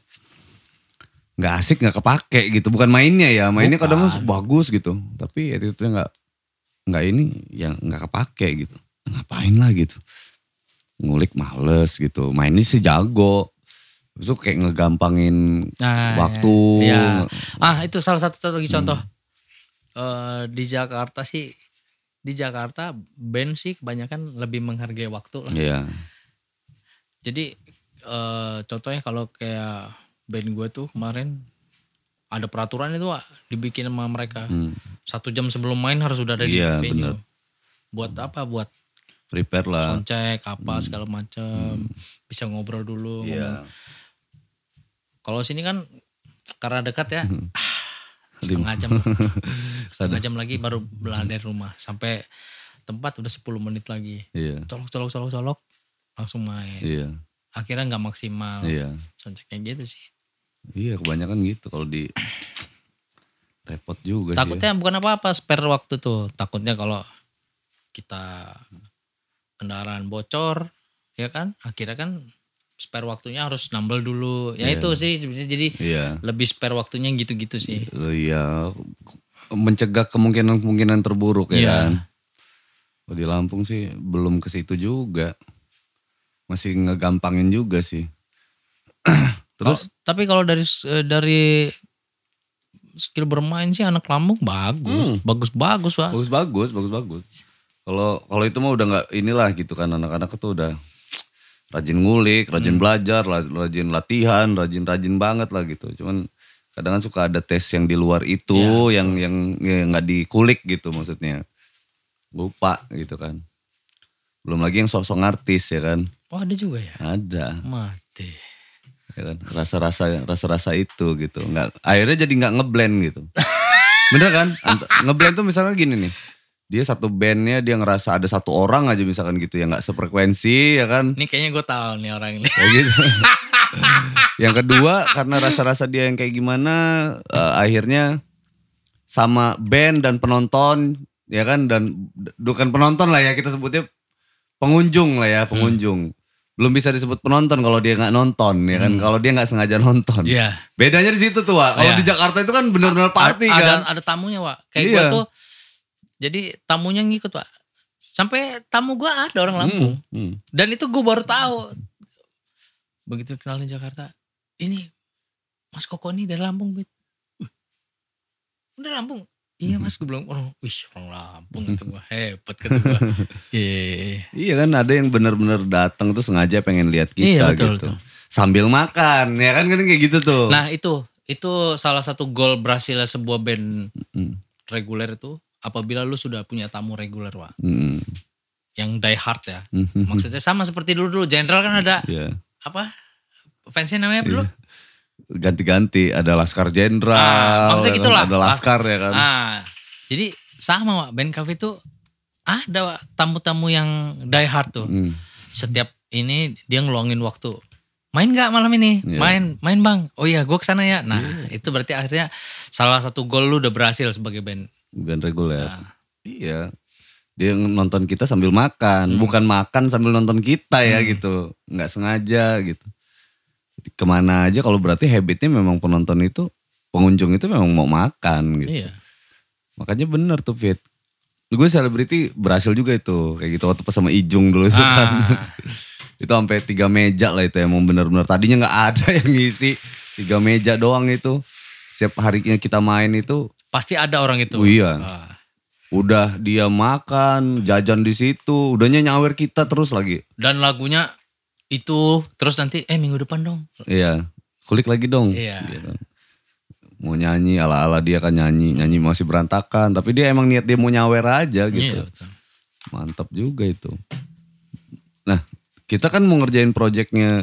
gak asik gak kepake gitu. Bukan mainnya ya. Mainnya kadang bagus gitu. Tapi attitude-nya gak ini yang gak kepake gitu. Ngapain lah gitu. Ngulik males gitu. Mainnya sih jago. Itu kayak ngegampangin waktu. Ya. Itu salah satu lagi contoh. Di Jakarta sih. Di Jakarta band sih kebanyakan lebih menghargai waktu lah. Iya. Jadi contohnya kalau kayak band gue tuh kemarin. Ada peraturan itu Wak. Dibikin sama mereka. 1 jam sebelum main harus sudah ada di venue. Bener. Buat apa? Buat prepare lah. soundcheck apa segala macam. Bisa ngobrol dulu. Iya. Kalau sini kan karena dekat ya, setengah jam lagi baru belah dari rumah. Sampai tempat udah 10 menit lagi. Iya. Colok, langsung main. Iya. Akhirnya gak maksimal. Iya. Soundchecknya gitu sih. Iya kebanyakan gitu kalau di repot juga. Takutnya bukan apa-apa spare waktu tuh. Takutnya kalau kita kendaraan bocor, ya kan, akhirnya kan spare waktunya harus nambel dulu. Ya itu sih jadi lebih spare waktunya gitu-gitu sih. Iya, mencegah kemungkinan terburuk ya kan. Kalau di Lampung sih belum ke situ juga. Masih ngegampangin juga sih. Terus tapi kalau dari skill bermain sih anak Lampung bagus. Bagus-bagus, Pak. Bagus. Kalau itu mah udah nggak inilah gitu kan, anak-anak itu udah rajin ngulik, rajin belajar, rajin latihan, rajin banget lah gitu. Cuman kadang kan suka ada tes yang di luar itu, yang nggak dikulik gitu maksudnya. Lupa gitu kan. Belum lagi yang sok-sok artis ya kan. Oh ada juga ya? Ada. Mati. Ya kan? Rasa-rasa itu gitu. Akhirnya jadi nggak ngeblend gitu. Bener kan? Ngeblend tuh misalnya gini nih. Dia satu bandnya dia ngerasa ada satu orang aja misalkan gitu ya nggak sefrekuensi ya kan. Ini kayaknya gue tahu nih orang ini. Kayak gitu. Yang kedua karena rasa-rasa dia yang kayak gimana akhirnya sama band dan penonton ya kan, dan bukan penonton lah ya kita sebutnya pengunjung lah ya, pengunjung. Belum bisa disebut penonton kalau dia nggak nonton ya kan, kalau dia nggak sengaja nonton. Iya. Bedanya di situ tuh Wak. Kalau di Jakarta itu kan benar-benar party kan. Ada tamunya Wak. Kayak gue tuh. Jadi tamunya ngikut Pak. Sampai tamu gue ada orang Lampung. Dan itu gue baru tahu. Begitu kenalin Jakarta. Ini Mas Koko nih dari Lampung. Udah Lampung. Iya Mas, gue bilang orang Lampung kata gue. Hebat kata gue. Iya kan ada yang benar-benar datang tuh sengaja pengen lihat kita gitu. Betul. Sambil makan ya kan kayak gitu tuh. Nah itu salah satu goal berhasilnya sebuah band reguler itu. Apabila lu sudah punya tamu reguler Wak. Yang die hard ya. Maksudnya sama seperti dulu Jenderal kan ada apa? Fansnya namanya dulu? Ganti-ganti, ada Laskar Jenderal. Maksudnya gitulah. Ada Laskar ya kan. Jadi sama Wak, band cafe itu ada Wak, tamu-tamu yang die hard tuh. Setiap ini dia ngeluangin waktu. Main gak malam ini? Main bang. Oh iya gue kesana ya. Nah itu berarti akhirnya salah satu goal lu udah berhasil sebagai band reguler. Iya. Dia nonton kita sambil makan. Bukan makan sambil nonton kita ya gitu. Nggak sengaja gitu. Kemana aja kalau berarti habitnya memang penonton itu, pengunjung itu memang mau makan gitu. Iya. Makanya bener tuh Fit. gue selebriti berhasil juga itu. Kayak gitu waktu pas sama Ijung dulu itu kan. Itu sampai 3 meja lah itu emang benar-benar. Tadinya nggak ada yang ngisi 3 meja doang itu. Setiap harinya kita main itu. Pasti ada orang itu. Oh iya. Udah dia makan, jajan di situ. Udahnya nyawer kita terus lagi. Dan lagunya itu terus nanti minggu depan dong. Iya. Kulik lagi dong. Iya. Gitu. Mau nyanyi ala-ala dia kan nyanyi masih berantakan, tapi dia emang niat dia mau nyawer aja gitu. Iya, betul. Mantap juga itu. Nah, kita kan mau ngerjain projectnya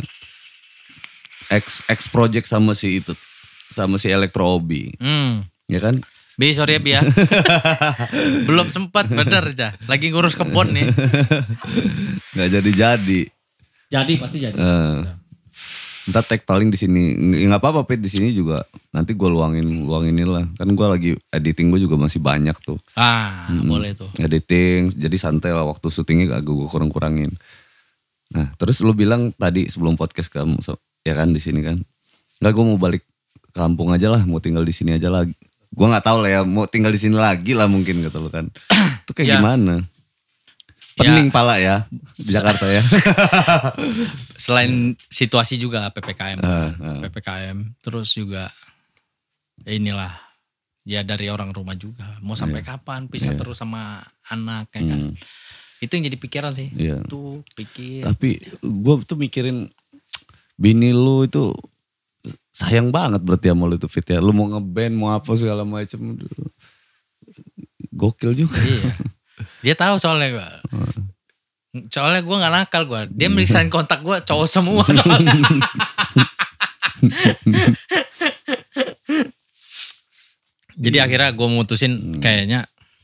X project sama si Electro Obi. Ya kan? Bi, sorry ya Bi ya. Belum sempat, bener aja. Lagi ngurus kebon nih. Gak jadi-jadi. Jadi pasti jadi. Ntar tag paling di sini nggak apa-apa Pit, di sini juga nanti gue luangin lah, kan gue lagi editing, gue juga masih banyak tuh. Boleh tuh editing, jadi santai lah, waktu syutingnya agak gue kurangin. Nah terus lu bilang tadi sebelum podcast kamu ya kan di sini kan, nggak, gue mau balik ke kampung aja lah, mau tinggal di sini aja lagi. Gue nggak tahu lah ya, mau tinggal di sini lagi lah mungkin kata lu kan. Itu kayak gimana? Pening pala ya di Jakarta ya. Selain situasi juga PPKM. PPKM terus juga ya inilah ya dari orang rumah juga. Mau sampai kapan pisah terus sama anak ya kan. Itu yang jadi pikiran sih. Tuh pikir. Tapi gue tuh mikirin bini lu itu sayang banget berarti sama lu tuh Fit ya. Lu mau ngeband mau apa segala macem. Gokil juga. Iya. Dia tahu soalnya gue. Soalnya gue gak nakal gue. Dia meriksain kontak gue cowok semua soalnya. Jadi akhirnya gue mutusin kayaknya.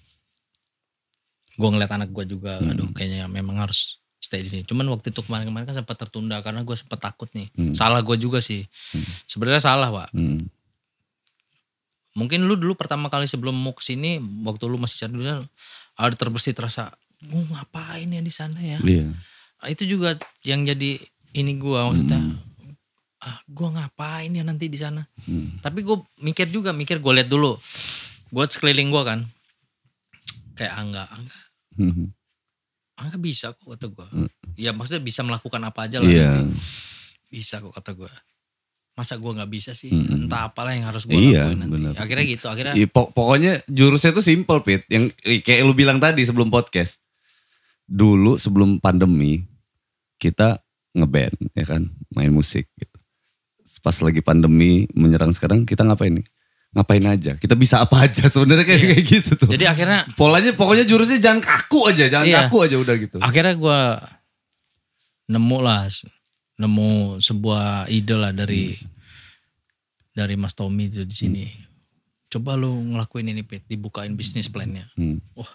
Gue ngeliat anak gue juga. Aduh kayaknya memang harus stay di sini. Cuman waktu itu kemarin-kemarin kan sempat tertunda. Karena gue sempat takut nih. Salah gue juga sih. Sebenarnya salah Pak. Mungkin lu dulu pertama kali sebelum mau kesini. Waktu lu masih cari dulu. Ada terbesit rasa, ngapain ya di sana ya? Iya. Itu juga yang jadi ini gue maksudnya, gue ngapain ya nanti di sana? Tapi gue mikir gue lihat dulu, gue sekeliling gue kan, kayak angga bisa kok kata gue. Ya maksudnya bisa melakukan apa aja lah. Nanti. Bisa kok kata gue. Masa gue gak bisa sih, entah apalah yang harus gue lakuin nanti. Bener. Akhirnya gitu, pokoknya jurusnya tuh simple Pit. Yang kayak lu bilang tadi sebelum podcast. Dulu sebelum pandemi, kita ngeband ya kan, main musik gitu. Pas lagi pandemi menyerang sekarang, kita ngapain nih? Ngapain aja, kita bisa apa aja sebenarnya kayak gitu tuh. Jadi akhirnya pokoknya jurusnya jangan kaku aja, kaku aja udah gitu. Akhirnya gue nemu sebuah ide lah dari Mas Tommy itu di sini. Coba lu ngelakuin ini Pit, dibukain bisnis plan-nya. Wah.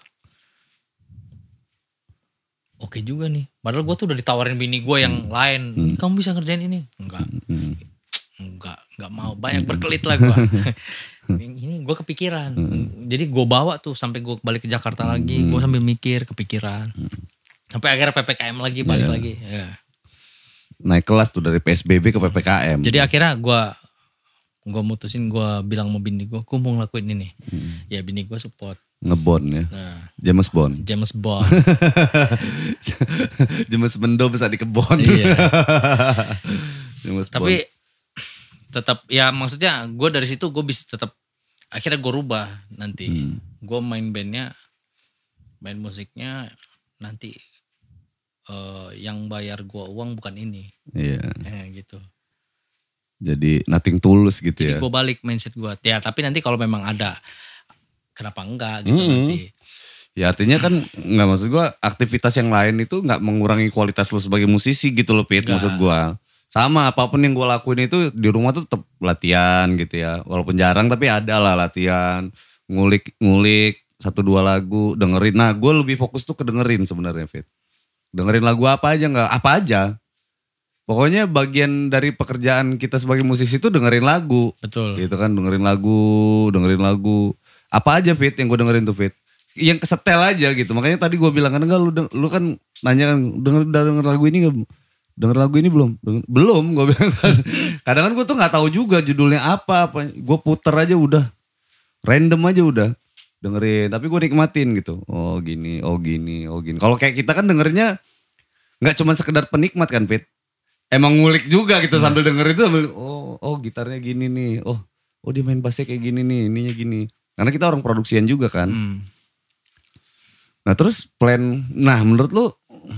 Oke juga nih. Padahal gue tuh udah ditawarin bini gue yang lain. Kamu bisa ngerjain ini? Enggak mau. Banyak berkelit lah gue. Ini gue kepikiran. Jadi gue bawa tuh sampai gue balik ke Jakarta lagi. Gue sambil mikir, kepikiran. Sampai akhirnya PPKM lagi, balik lagi. Ya. Naik kelas tuh dari PSBB ke PPKM. Jadi akhirnya gue mutusin, gue bilang sama bini gue mau ngelakuin ini. Ya bini gue support. Ngebond ya. Nah, James Bond. James Bendo bisa di kebon. Iya. James Tapi Bond. tetap ya maksudnya gue dari situ gue bisa tetap akhirnya gue rubah nanti. Gue main bandnya, main musiknya nanti yang bayar gue uang bukan ini. Iya. Gitu. Jadi nothing tulus gitu. Jadi ya. gue balik mindset gue. Ya tapi nanti kalau memang ada, kenapa enggak gitu nanti. Ya artinya kan nggak, maksud gue aktivitas yang lain itu nggak mengurangi kualitas lu sebagai musisi gitu loh Pit. Maksud gue sama apapun yang gue lakuin itu di rumah tuh tetap latihan gitu ya. Walaupun jarang tapi ada lah latihan. Ngulik 1-2 lagu, dengerin. Nah gue lebih fokus tuh ke dengerin sebenarnya Pit. Dengerin lagu apa aja nggak? Apa aja. Pokoknya bagian dari pekerjaan kita sebagai musisi itu dengerin lagu. Betul. Gitu kan, dengerin lagu. Apa aja Fit yang gue dengerin tuh Fit. Yang kesetel aja gitu. Makanya tadi gue bilang kan enggak, lu kan nanya kan denger lagu ini gak? Denger lagu ini belum? Belum gue bilang kan. Kadang kan gue tuh gak tahu juga judulnya apa. Gue puter aja udah. Random aja udah. dengerin. Tapi gue nikmatin gitu. Oh gini, oh gini, oh gini. Kalau kayak kita kan dengernya nggak cuma sekedar penikmat kan, Pit. Emang ngulik juga gitu sambil denger itu sambil, oh gitarnya gini nih. Oh dia main bassnya kayak gini nih, ininya gini. Karena kita orang produksian juga kan. Nah terus menurut lu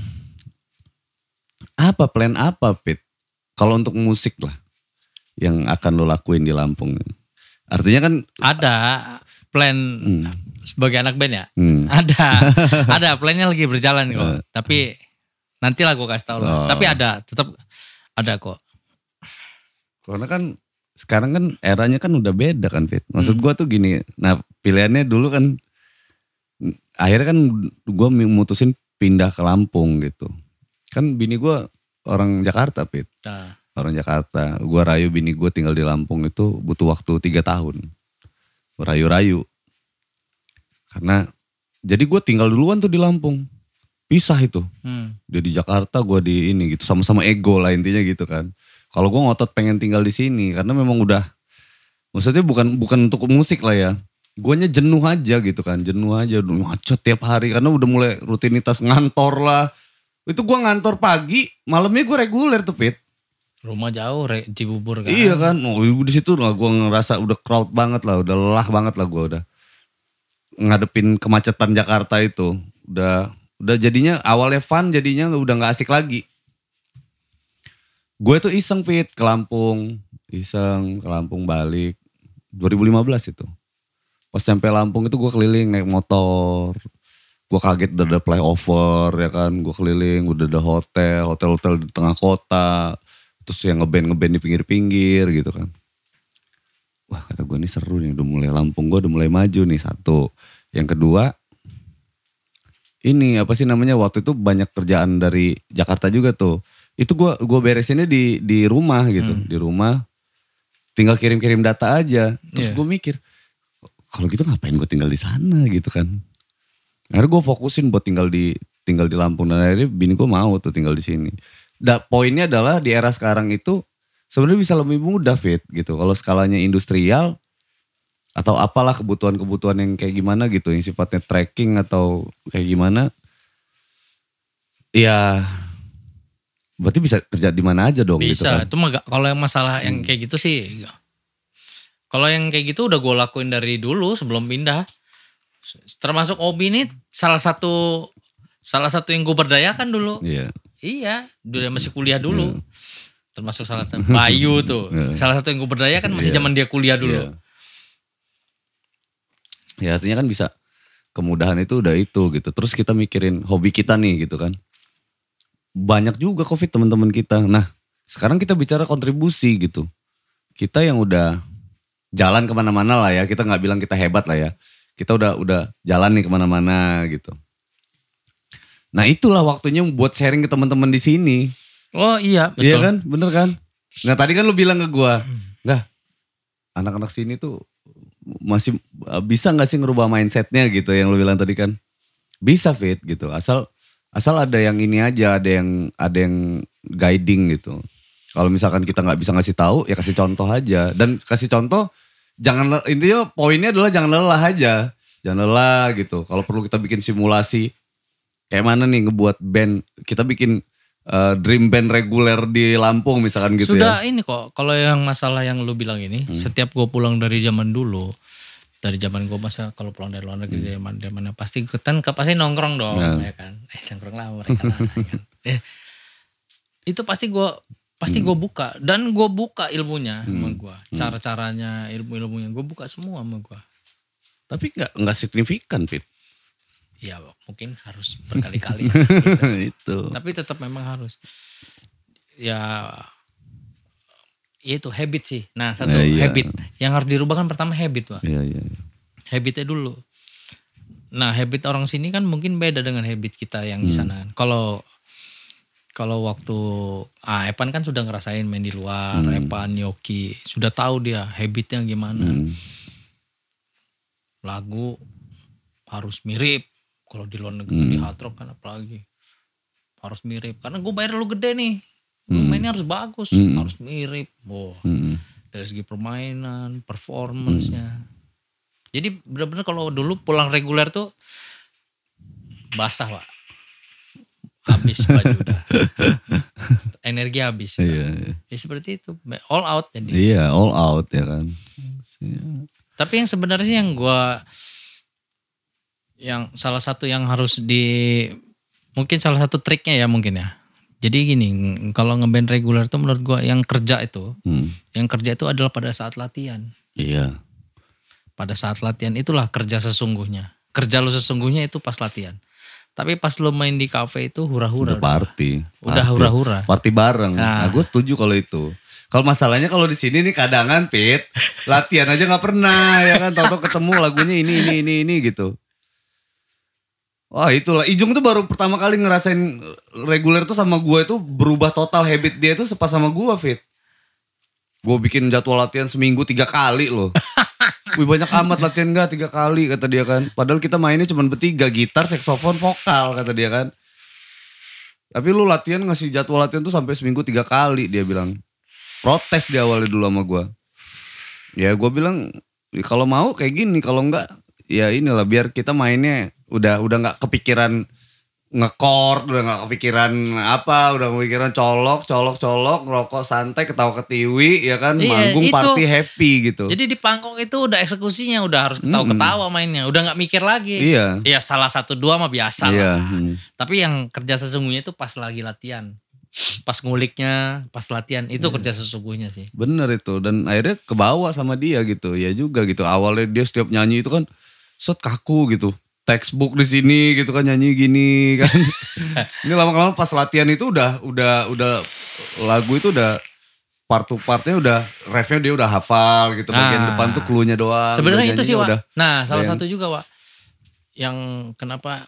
plan apa Pit? Kalau untuk musik lah yang akan lo lakuin di Lampung. Artinya kan ada plan sebagai anak band ya. Ada plannya lagi berjalan kok. Tapi nanti lah gue kasih tau lah. Tapi tetap ada kok. Karena kan sekarang kan eranya kan udah beda kan Fit. Maksud gue tuh gini. Nah pilihannya dulu kan akhirnya kan gue mutusin pindah ke Lampung gitu. Kan bini gue orang Jakarta Fit. Orang Jakarta. Gue rayu bini gue tinggal di Lampung itu butuh waktu 3 tahun. Rayu-rayu. Karena jadi gue tinggal duluan tuh di Lampung. Pisah itu. Dia di Jakarta, gue di ini gitu. Sama-sama ego lah intinya gitu kan. Kalau gue ngotot pengen tinggal di sini karena memang udah, maksudnya bukan untuk musik lah ya. Guanya jenuh aja gitu kan, jenuh aja, udah ngacot tiap hari karena udah mulai rutinitas ngantor lah. Itu gue ngantor pagi, malamnya gue reguler tuh Pit. Rumah jauh, Cibubur kan. Iya kan, di situ lah gue ngerasa udah crowd banget lah, udah lelah banget lah gue udah ngadepin kemacetan Jakarta itu. Udah jadinya awalnya fun, jadinya udah nggak asik lagi. Gue tuh iseng Fit ke Lampung balik 2015 itu. Pas sampai Lampung itu gue keliling naik motor. Gue kaget udah ada flyover ya kan. Gue keliling udah ada hotel di tengah kota. Terus yang ngeband di pinggir-pinggir gitu kan. Wah kata gue ini seru nih, udah mulai Lampung gue udah mulai maju nih satu. Yang kedua, ini apa sih namanya waktu itu banyak kerjaan dari Jakarta juga tuh. Itu gue beresinnya di rumah gitu, di rumah. Tinggal kirim-kirim data aja. Terus gue mikir, kalau gitu ngapain gue tinggal di sana gitu kan. Akhirnya gue fokusin buat tinggal di Lampung dan akhirnya bini gue mau tuh tinggal di sini. Poinnya adalah di era sekarang itu sebenarnya bisa lebih mudah Fit gitu. Kalau skalanya industrial atau apalah kebutuhan-kebutuhan yang kayak gimana gitu, yang sifatnya tracking atau kayak gimana, ya berarti bisa kerja di mana aja dong gitu kan. Bisa, itu kalau yang masalah yang kayak gitu sih, kalau yang kayak gitu udah gue lakuin dari dulu sebelum pindah. Termasuk hobi ini salah satu yang gue berdayakan dulu. Iya, dulu masih kuliah dulu. Termasuk salah satu Bayu tuh. Salah satu yang gue berdayakan masih zaman dia kuliah dulu. Ya artinya kan bisa, kemudahan itu udah itu gitu. Terus kita mikirin hobi kita nih gitu kan. Banyak juga COVID teman-teman kita. Nah sekarang kita bicara kontribusi gitu. Kita yang udah jalan kemana-mana lah ya. Kita gak bilang kita hebat lah ya. Kita udah jalan nih kemana-mana gitu. Nah itulah waktunya buat sharing ke teman-teman di sini. Oh iya betul. Iya kan, bener kan. Nah tadi kan lu bilang ke gue, nggak, anak-anak sini tuh masih bisa nggak sih ngerubah mindsetnya gitu yang lu bilang tadi kan. Bisa Fit gitu, asal ada yang ini aja, ada yang guiding gitu. Kalau misalkan kita nggak bisa ngasih tahu, ya kasih contoh aja. Dan kasih contoh, intinya poinnya adalah jangan lelah aja. Jangan lelah gitu. Kalau perlu kita bikin simulasi, kayak mana nih ngebuat band, kita bikin dream band reguler di Lampung misalkan gitu. Sudah ini kok, kalau yang masalah yang lu bilang ini, setiap gue pulang dari zaman dulu, dari zaman gue masa kalau pulang dari luar negeri, dari mana pasti pasti nongkrong dong, ya kan. Nongkrong lah mereka lah, ya kan. Itu pasti gue buka, dan gue buka ilmunya sama gue, cara-caranya, ilmu-ilmunya gue buka semua sama gue. Tapi nggak signifikan Fit. Ya mungkin harus berkali-kali. Itu. Tapi tetap memang harus. Ya itu habit sih. Nah satu habit. Yang harus dirubah kan pertama habit Pak. Iya. Habitnya dulu. Nah habit orang sini kan mungkin beda dengan habit kita yang di sana. Kalau waktu Epan kan sudah ngerasain main di luar. Epan, Yoki. Sudah tahu dia habitnya gimana. Lagu harus mirip. Kalau di luar negeri di hard rock kan apalagi harus mirip. Karena gue bayar lu gede nih. Mainnya harus bagus, harus mirip. Dari segi permainan, performance-nya. Jadi benar-benar kalau dulu pulang reguler tuh basah Pak. Habis baju udah. Energi habis. Iya. Ya seperti itu. All out jadi. Iya, all out ya kan. Tapi yang sebenarnya yang salah satu yang harus mungkin salah satu triknya ya mungkin ya. Jadi gini, kalau ngeband reguler tuh menurut gue yang kerja itu adalah pada saat latihan. Iya. Pada saat latihan itulah kerja sesungguhnya. Kerja lu sesungguhnya itu pas latihan. Tapi pas lu main di kafe itu hura-hura. Udah hura-hura. Party bareng. Nah gue setuju kalau itu. Kalau masalahnya kalau di sini nih kadangan Pit, latihan aja nggak pernah ya kan. Tahu-tahu ketemu lagunya ini gitu. Wah itulah, Ijung tuh baru pertama kali ngerasain reguler tuh sama gue itu berubah total habit dia tuh pas sama gue Fit. Gue bikin jadwal latihan seminggu 3 kali loh. Wih banyak amat latihan gak 3 kali kata dia kan. Padahal kita mainnya cuma bertiga, gitar, saksofon, vokal kata dia kan. Tapi lu latihan ngasih jadwal latihan tuh sampai seminggu 3 kali dia bilang. Protes dia awalnya dulu sama gue. Ya gue bilang kalau mau kayak gini, kalau enggak ya inilah biar kita mainnya udah gak kepikiran nge-chord, udah gak kepikiran apa, udah kepikiran colok, rokok santai, ketawa ketiwi ya kan, manggung itu, party happy gitu. Jadi di panggung itu udah eksekusinya, udah harus ketawa-ketawa mainnya, udah gak mikir lagi. Iya. Ya salah satu dua mah biasa lah. Tapi yang kerja sesungguhnya itu pas lagi latihan. Pas nguliknya, pas latihan, itu kerja sesungguhnya sih. Bener itu, dan akhirnya kebawa sama dia gitu, ya juga gitu. Awalnya dia setiap nyanyi itu kan, set kaku gitu. Textbook di sini gitu kan nyanyi gini kan. Ini lama-lama pas latihan itu udah lagu itu udah part-partnya udah refnya dia udah hafal gitu. Bagian depan tuh cluenya doang. Sebenarnya itu sih Wak. Nah salah satu juga Wak. Yang kenapa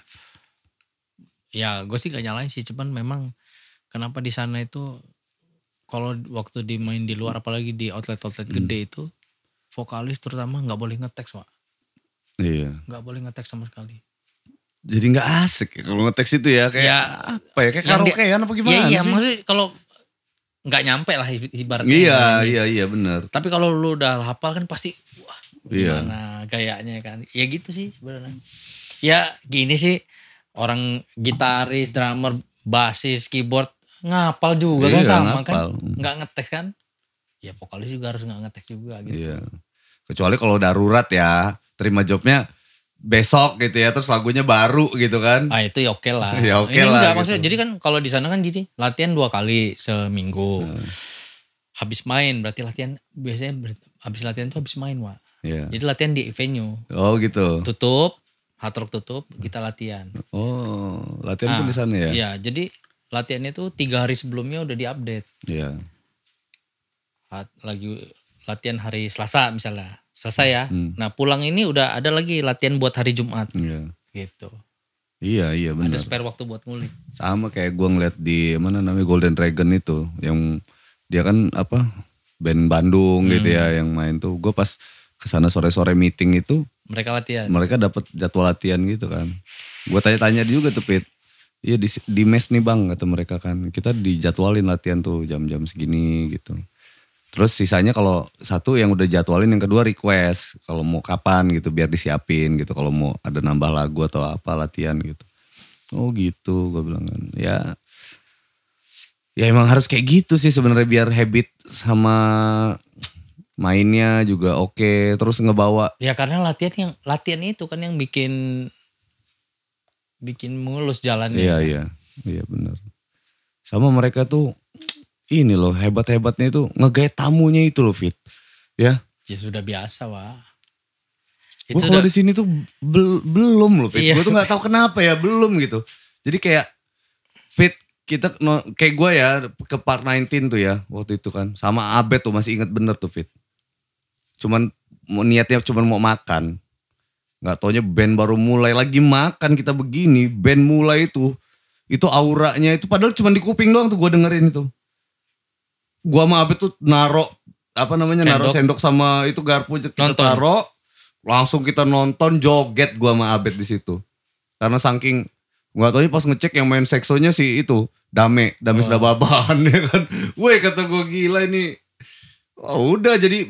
ya gue sih gak nyalain sih. Cuman memang kenapa di sana itu kalau waktu dimain di luar apalagi di outlet-outlet gede itu vokalis terutama gak boleh nge-text Wak. Iya. Gak boleh nge-text sama sekali. Jadi gak asik ya kalau nge-text itu ya. Kayak ya, apa ya, kayak karaokean apa gimana sih? Iya maksudnya kalau gak nyampe lah ibaratnya. Iya benar. Tapi kalau lu udah hafal kan pasti wah gimana gayanya kan. Ya gitu sih sebenarnya. Ya gini sih orang gitaris, drummer, bassis, keyboard ngapal juga kan sama ngapal. Kan. Gak nge-text kan. Ya vokalis juga harus gak nge-text juga gitu. Iya. Kecuali kalau darurat ya. Terima jobnya besok gitu ya, terus lagunya baru gitu kan. Ah itu ya oke lah. Ya oke lah. Enggak, gitu. Maksudnya jadi kan kalau di sana kan jadi latihan 2 kali seminggu. Habis main berarti latihan biasanya habis latihan tuh habis main Wak. Yeah. Jadi latihan di venue. Oh gitu. Tutup, hard rock tutup, kita latihan. Oh, latihan pun di sana ya? Iya, jadi latihannya tuh 3 hari sebelumnya udah diupdate. Iya. Lagi latihan hari Selasa misalnya. Selesai ya. Nah pulang ini udah ada lagi latihan buat hari Jumat. Iya. Gitu. Iya benar. Ada spare waktu buat ngulik. Sama kayak gue ngeliat di mana namanya Golden Dragon itu. Yang dia kan apa band Bandung gitu ya yang main tuh. Gue pas kesana sore-sore meeting itu. Mereka latihan. Mereka dapat jadwal latihan gitu kan. Gue tanya-tanya juga tuh Pit. Iya di mes nih bang kata mereka kan. Kita dijadwalin latihan tuh jam-jam segini gitu. Terus sisanya kalau satu yang udah jadwalin, yang kedua request. Kalau mau kapan gitu biar disiapin gitu. Kalau mau ada nambah lagu atau apa latihan gitu. Oh gitu gue bilang kan. Ya emang harus kayak gitu sih sebenarnya biar habit sama mainnya juga oke. Terus ngebawa. Ya karena latihan itu kan yang bikin mulus jalannya. Iya benar. Sama mereka tuh. Ini loh hebat-hebatnya itu ngegait tamunya itu loh Fit. Ya sudah biasa Wak. Gue kalau di sini tuh belum loh Fit. Gue tuh gak tahu kenapa ya belum gitu. Jadi kayak Fit kita kayak gue ya ke Park 19 tuh ya waktu itu kan. Sama Abed tuh masih inget bener tuh Fit. Cuman niatnya cuman mau makan. Gak taunya band baru mulai lagi makan kita begini. Band mulai itu auranya itu padahal cuman di kuping doang tuh gue dengerin itu. Gua sama Abed tuh naro sendok sama itu garpu kita taruh langsung kita nonton joget gua sama Abed di situ. Karena saking nggak tahu pas ngecek yang main seksonya si itu Dame Sedababan ya kan. Woi kata gua gila ini. Oh, udah jadi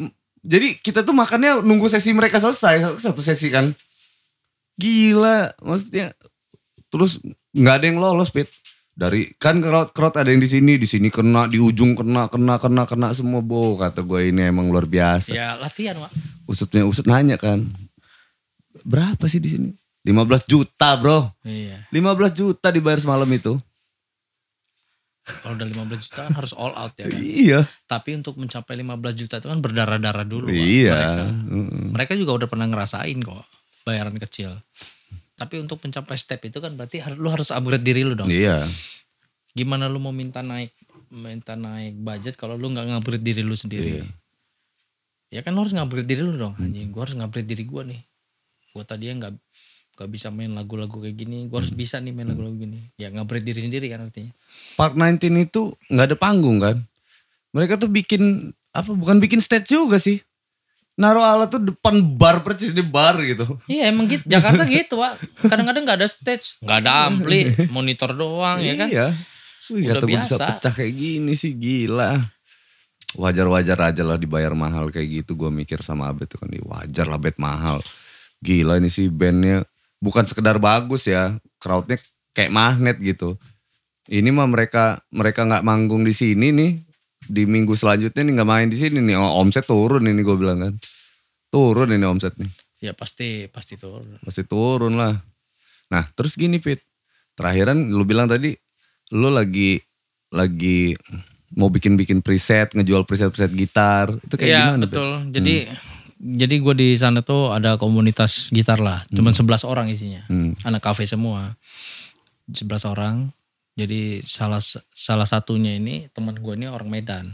Jadi kita tuh makannya nunggu sesi mereka selesai, satu sesi kan. Gila, maksudnya terus nggak ada yang lolos, Pit. Dari kan crowd ada yang di sini kena, di ujung kena semua, Bo. Kata gue ini emang luar biasa. Ya latihan, Wak. Usut nanya kan, berapa sih di sini? 15 juta, bro. Iya. 15 juta dibayar semalam itu. Kalau udah 15 juta kan harus all out ya kan. Iya. Tapi untuk mencapai 15 juta itu kan berdarah-darah dulu. Iya. Mereka juga udah pernah ngerasain kok bayaran kecil. Tapi untuk mencapai step itu kan berarti lu harus upgrade diri lu dong. Iya. Gimana lu mau minta naik budget kalau lu nggak ngupgrade diri lu sendiri? Iya. Ya kan lu harus ngupgrade diri lu dong. Anjing, gua harus ngupgrade diri gua nih. Gua tadinya nggak bisa main lagu-lagu kayak gini, gue harus bisa nih main lagu-lagu gini. Ya ngupgrade diri sendiri kan artinya. Park 19 itu nggak ada panggung kan? Mereka tuh bikin bukan bikin stage juga sih. Naruh alat tuh depan bar, percis di bar gitu. Iya emang gitu, Jakarta gitu, Pak. Kadang-kadang nggak ada stage, nggak ada ampli, monitor doang ya kan. Iya. Wih, kata gue bisa biasa. pecah kayak gini sih, gila. Wajar-wajar aja lah dibayar mahal kayak gitu. Gue mikir sama Abed tuh kan, wajar lah bed mahal. Gila ini sih bandnya. Bukan sekedar bagus ya, crowdnya kayak magnet gitu. Ini mah mereka nggak manggung di sini nih, di minggu selanjutnya nih nggak main di sini nih, omset turun ini gue bilang kan, turun ini omset nih. Ya pasti turun. Pasti turun lah. Nah terus gini Pit, terakhiran lu bilang tadi, lu lagi mau bikin preset, ngejual preset gitar, itu kayak gimana? Iya betul, Jadi gue di sana tuh ada komunitas gitar lah. Cuman 11 orang isinya. Anak kafe semua. 11 orang. Jadi salah satunya ini teman gue ini orang Medan.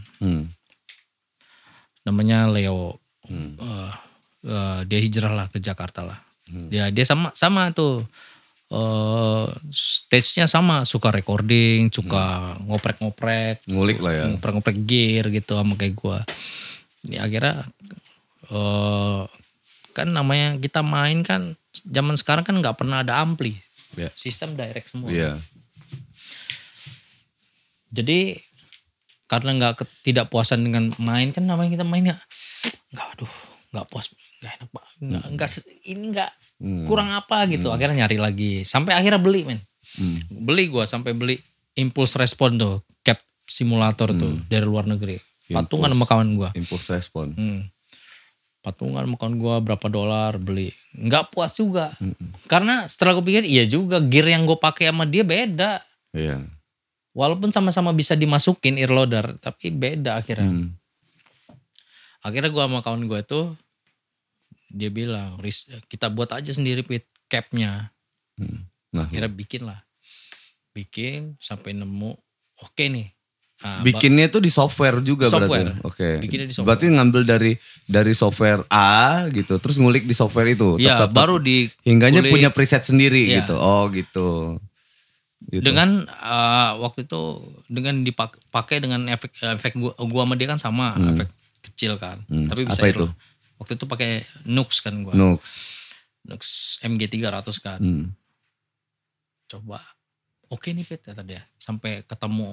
Namanya Leo. Dia hijrah lah ke Jakarta lah. Dia sama tuh. Stage-nya sama. Suka recording. Suka ngoprek-ngoprek. Ngulik lah ya. Ngoprek-ngoprek gear gitu sama kayak gue. Ini akhirnya... kan namanya kita main kan zaman sekarang kan nggak pernah ada ampli, sistem direct semua. Jadi karena tidak puasan dengan main kan namanya kita mainnya nggak puas, nggak enak, nggak kurang apa gitu. Akhirnya nyari lagi sampai akhirnya beli beli gue sampai beli Impulse Response tuh, cap simulator tuh dari luar negeri, patungan sama kawan gue. Impulse Response. Patungan makan gue berapa $, beli. Nggak puas juga. Karena setelah gue pikir iya juga gear yang gue pakai sama dia beda. Iya. Walaupun sama-sama bisa dimasukin earloader, tapi beda akhirnya. Akhirnya gue sama kawan gue tuh, dia bilang, kita buat aja sendiri Pit, capnya. Nah, akhirnya bikin sampai nemu, oke nih. Nah, bikinnya itu di software juga berarti. Oke. Bikinnya di software. Berarti ngambil dari software A gitu, terus ngulik di software itu. Iya, baru di hingganya punya preset sendiri gitu. Oh gitu. Dengan waktu itu dengan dipakai dengan efek gua sama dia kan sama, efek kecil kan. Tapi bisa itu? Waktu itu pakai Nux kan gua. Nux MG 300 kan. Coba. Oke nih Pit kata dia. Sampai ketemu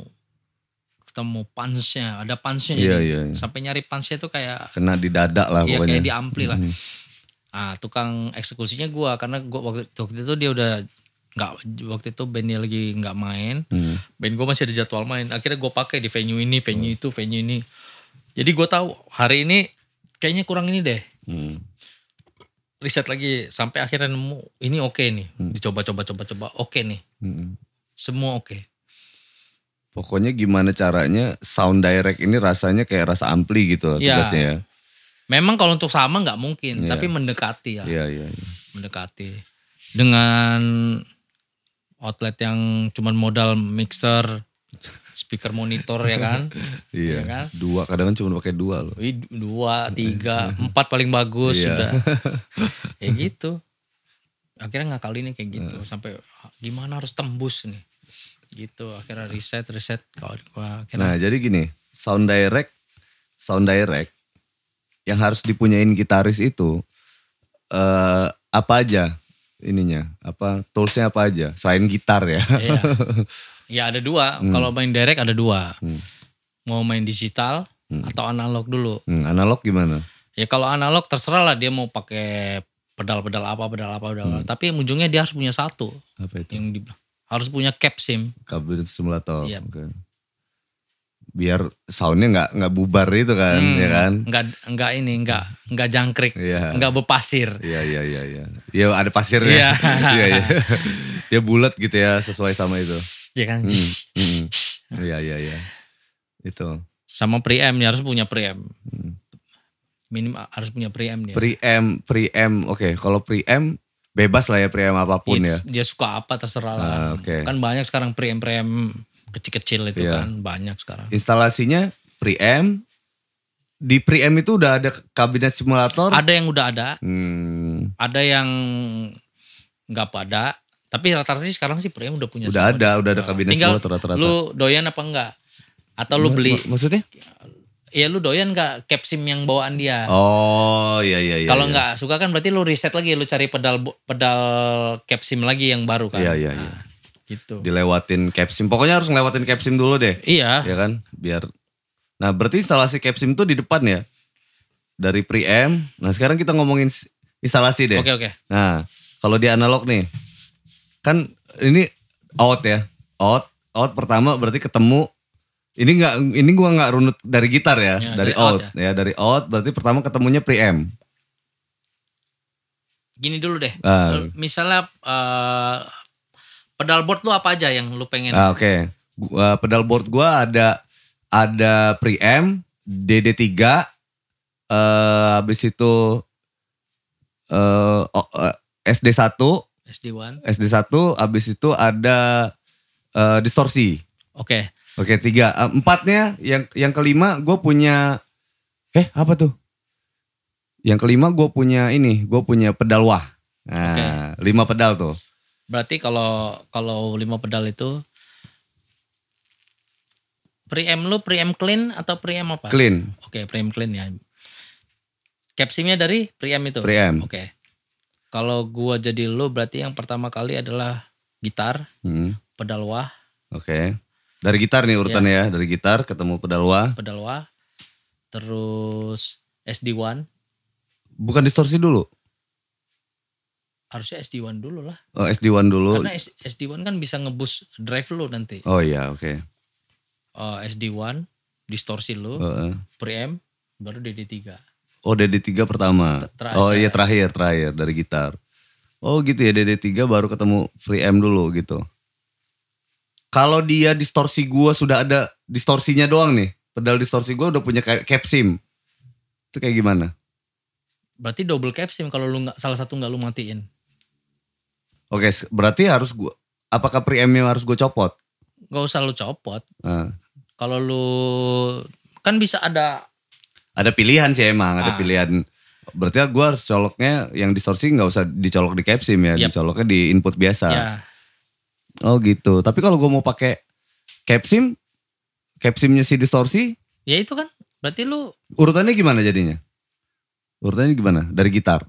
punch-nya, ada punch-nya iya. Sampai nyari punch-nya tuh kayak kena di dada lah pokoknya. Kayak di ampli lah. Tukang eksekusinya gua karena gua waktu itu dia udah waktu itu bandnya lagi nggak main. Band gua masih ada jadwal main. Akhirnya gua pakai di venue ini, venue itu, venue ini. Jadi gua tahu hari ini kayaknya kurang ini deh. Riset lagi sampai akhirnya nemu ini oke nih. Dicoba oke nih. Semua oke. Pokoknya gimana caranya sound direct ini rasanya kayak rasa ampli gitu tugasnya ya. Memang kalau untuk sama nggak mungkin, tapi mendekati ya. Iya. Mendekati. Dengan outlet yang cuman modal mixer, speaker monitor ya kan. Iya. Ya kan? 2, kadang cuma pakai 2 loh. 2, 3, 4 paling bagus sudah. Ya gitu. Akhirnya ngakalinnya kayak gitu. Sampai gimana harus tembus nih. Gitu akhirnya riset kalau gua Nah jadi gini, sound direct yang harus dipunyain gitaris itu apa aja ininya, toolsnya apa aja selain gitar ya. Ya ada 2, kalau main direct ada 2, mau main digital atau analog dulu. Analog gimana? Ya kalau analog terserah lah dia mau pakai pedal-pedal apa. Tapi ujungnya dia harus punya satu. Apa itu? Harus punya cap sim. Cabinet simulator. Iya. Okay. Biar soundnya nggak bubar itu kan, ya kan? Nggak jangkrik, nggak berpasir. Iya. Iya ada pasirnya. Iya. Dia bulat gitu ya, sesuai sama itu. Iya kan? Iya. Itu. Sama preamp, harus punya preamp. Minimal harus punya preamp dia. Preamp. Oke. Kalau preamp bebas lah ya, preamp apapun ya. Dia suka apa terserah lah. Okay. Kan banyak sekarang preamp kecil-kecil itu kan, banyak sekarang. Instalasinya preamp. Di preamp itu udah ada kabinet simulator? Ada yang udah ada. Ada yang nggak pada. Tapi rata-rata sih sekarang sih preamp udah punya. Udah ada kabinet simulator rata-rata. Lu doyan apa enggak? Atau lu beli? Maksudnya? Ya lu doyan gak cap sim yang bawaan dia? Oh iya. Kalau nggak suka kan berarti lu reset lagi, lu cari pedal cap sim lagi yang baru kan? Iya. Gitu. Dilewatin cap sim. Pokoknya harus ngelewatin cap sim dulu deh. Iya. Ya kan? Biar. Nah berarti instalasi cap sim tuh di depan ya? Dari preamp. Nah sekarang kita ngomongin instalasi deh. Oke. Nah kalau di analog nih. Kan ini out ya. Out pertama berarti ketemu. Ini gua nggak runut dari gitar ya, dari out ya. Dari out berarti pertama ketemunya preamp. Gini dulu deh. Misalnya pedal board lu apa aja yang lu pengen? Oke. Pedal board gua ada preamp, DD3, habis itu SD1, SD1, habis itu ada distorsi. Oke, 3. Empatnya yang kelima gue punya apa tuh? Yang kelima gue punya pedal wah. Nah, 5 pedal tuh. Berarti kalau 5 pedal itu preamp clean atau preamp apa? Clean. Oke, preamp clean ya. Cap simnya dari preamp itu. Preamp. Oke. Kalau gua jadi lo berarti yang pertama kali adalah gitar, pedal wah. Oke. Dari gitar nih urutannya ya. Dari gitar ketemu pedal wah. Terus SD1. Bukan distorsi dulu? Harusnya SD1 dulu lah. Oh SD1 dulu. Karena SD1 kan bisa ngeboost drive lu nanti. Oh iya oke. SD1, distorsi lu, preamp, baru DD3. Oh DD3 pertama. Terakhir dari gitar. Oh gitu ya, DD3 baru ketemu preamp dulu gitu. Kalau dia distorsi gua sudah ada distorsinya doang nih. Pedal distorsi gua udah punya cap sim. Itu kayak gimana? Berarti double cap sim kalau lu salah satu nggak lu matiin. Oke, berarti harus gua, apakah preampnya harus gua copot? Gak usah lu copot. Kalau lu kan bisa ada pilihan sih emang, ada pilihan. Berarti gua harus coloknya yang distorsi nggak usah dicolok di cap sim ya, dicoloknya di input biasa. Ya. Oh gitu. Tapi kalau gue mau pakai cap simnya si distorsi. Ya itu kan. Berarti lu. Urutannya gimana jadinya? Dari gitar.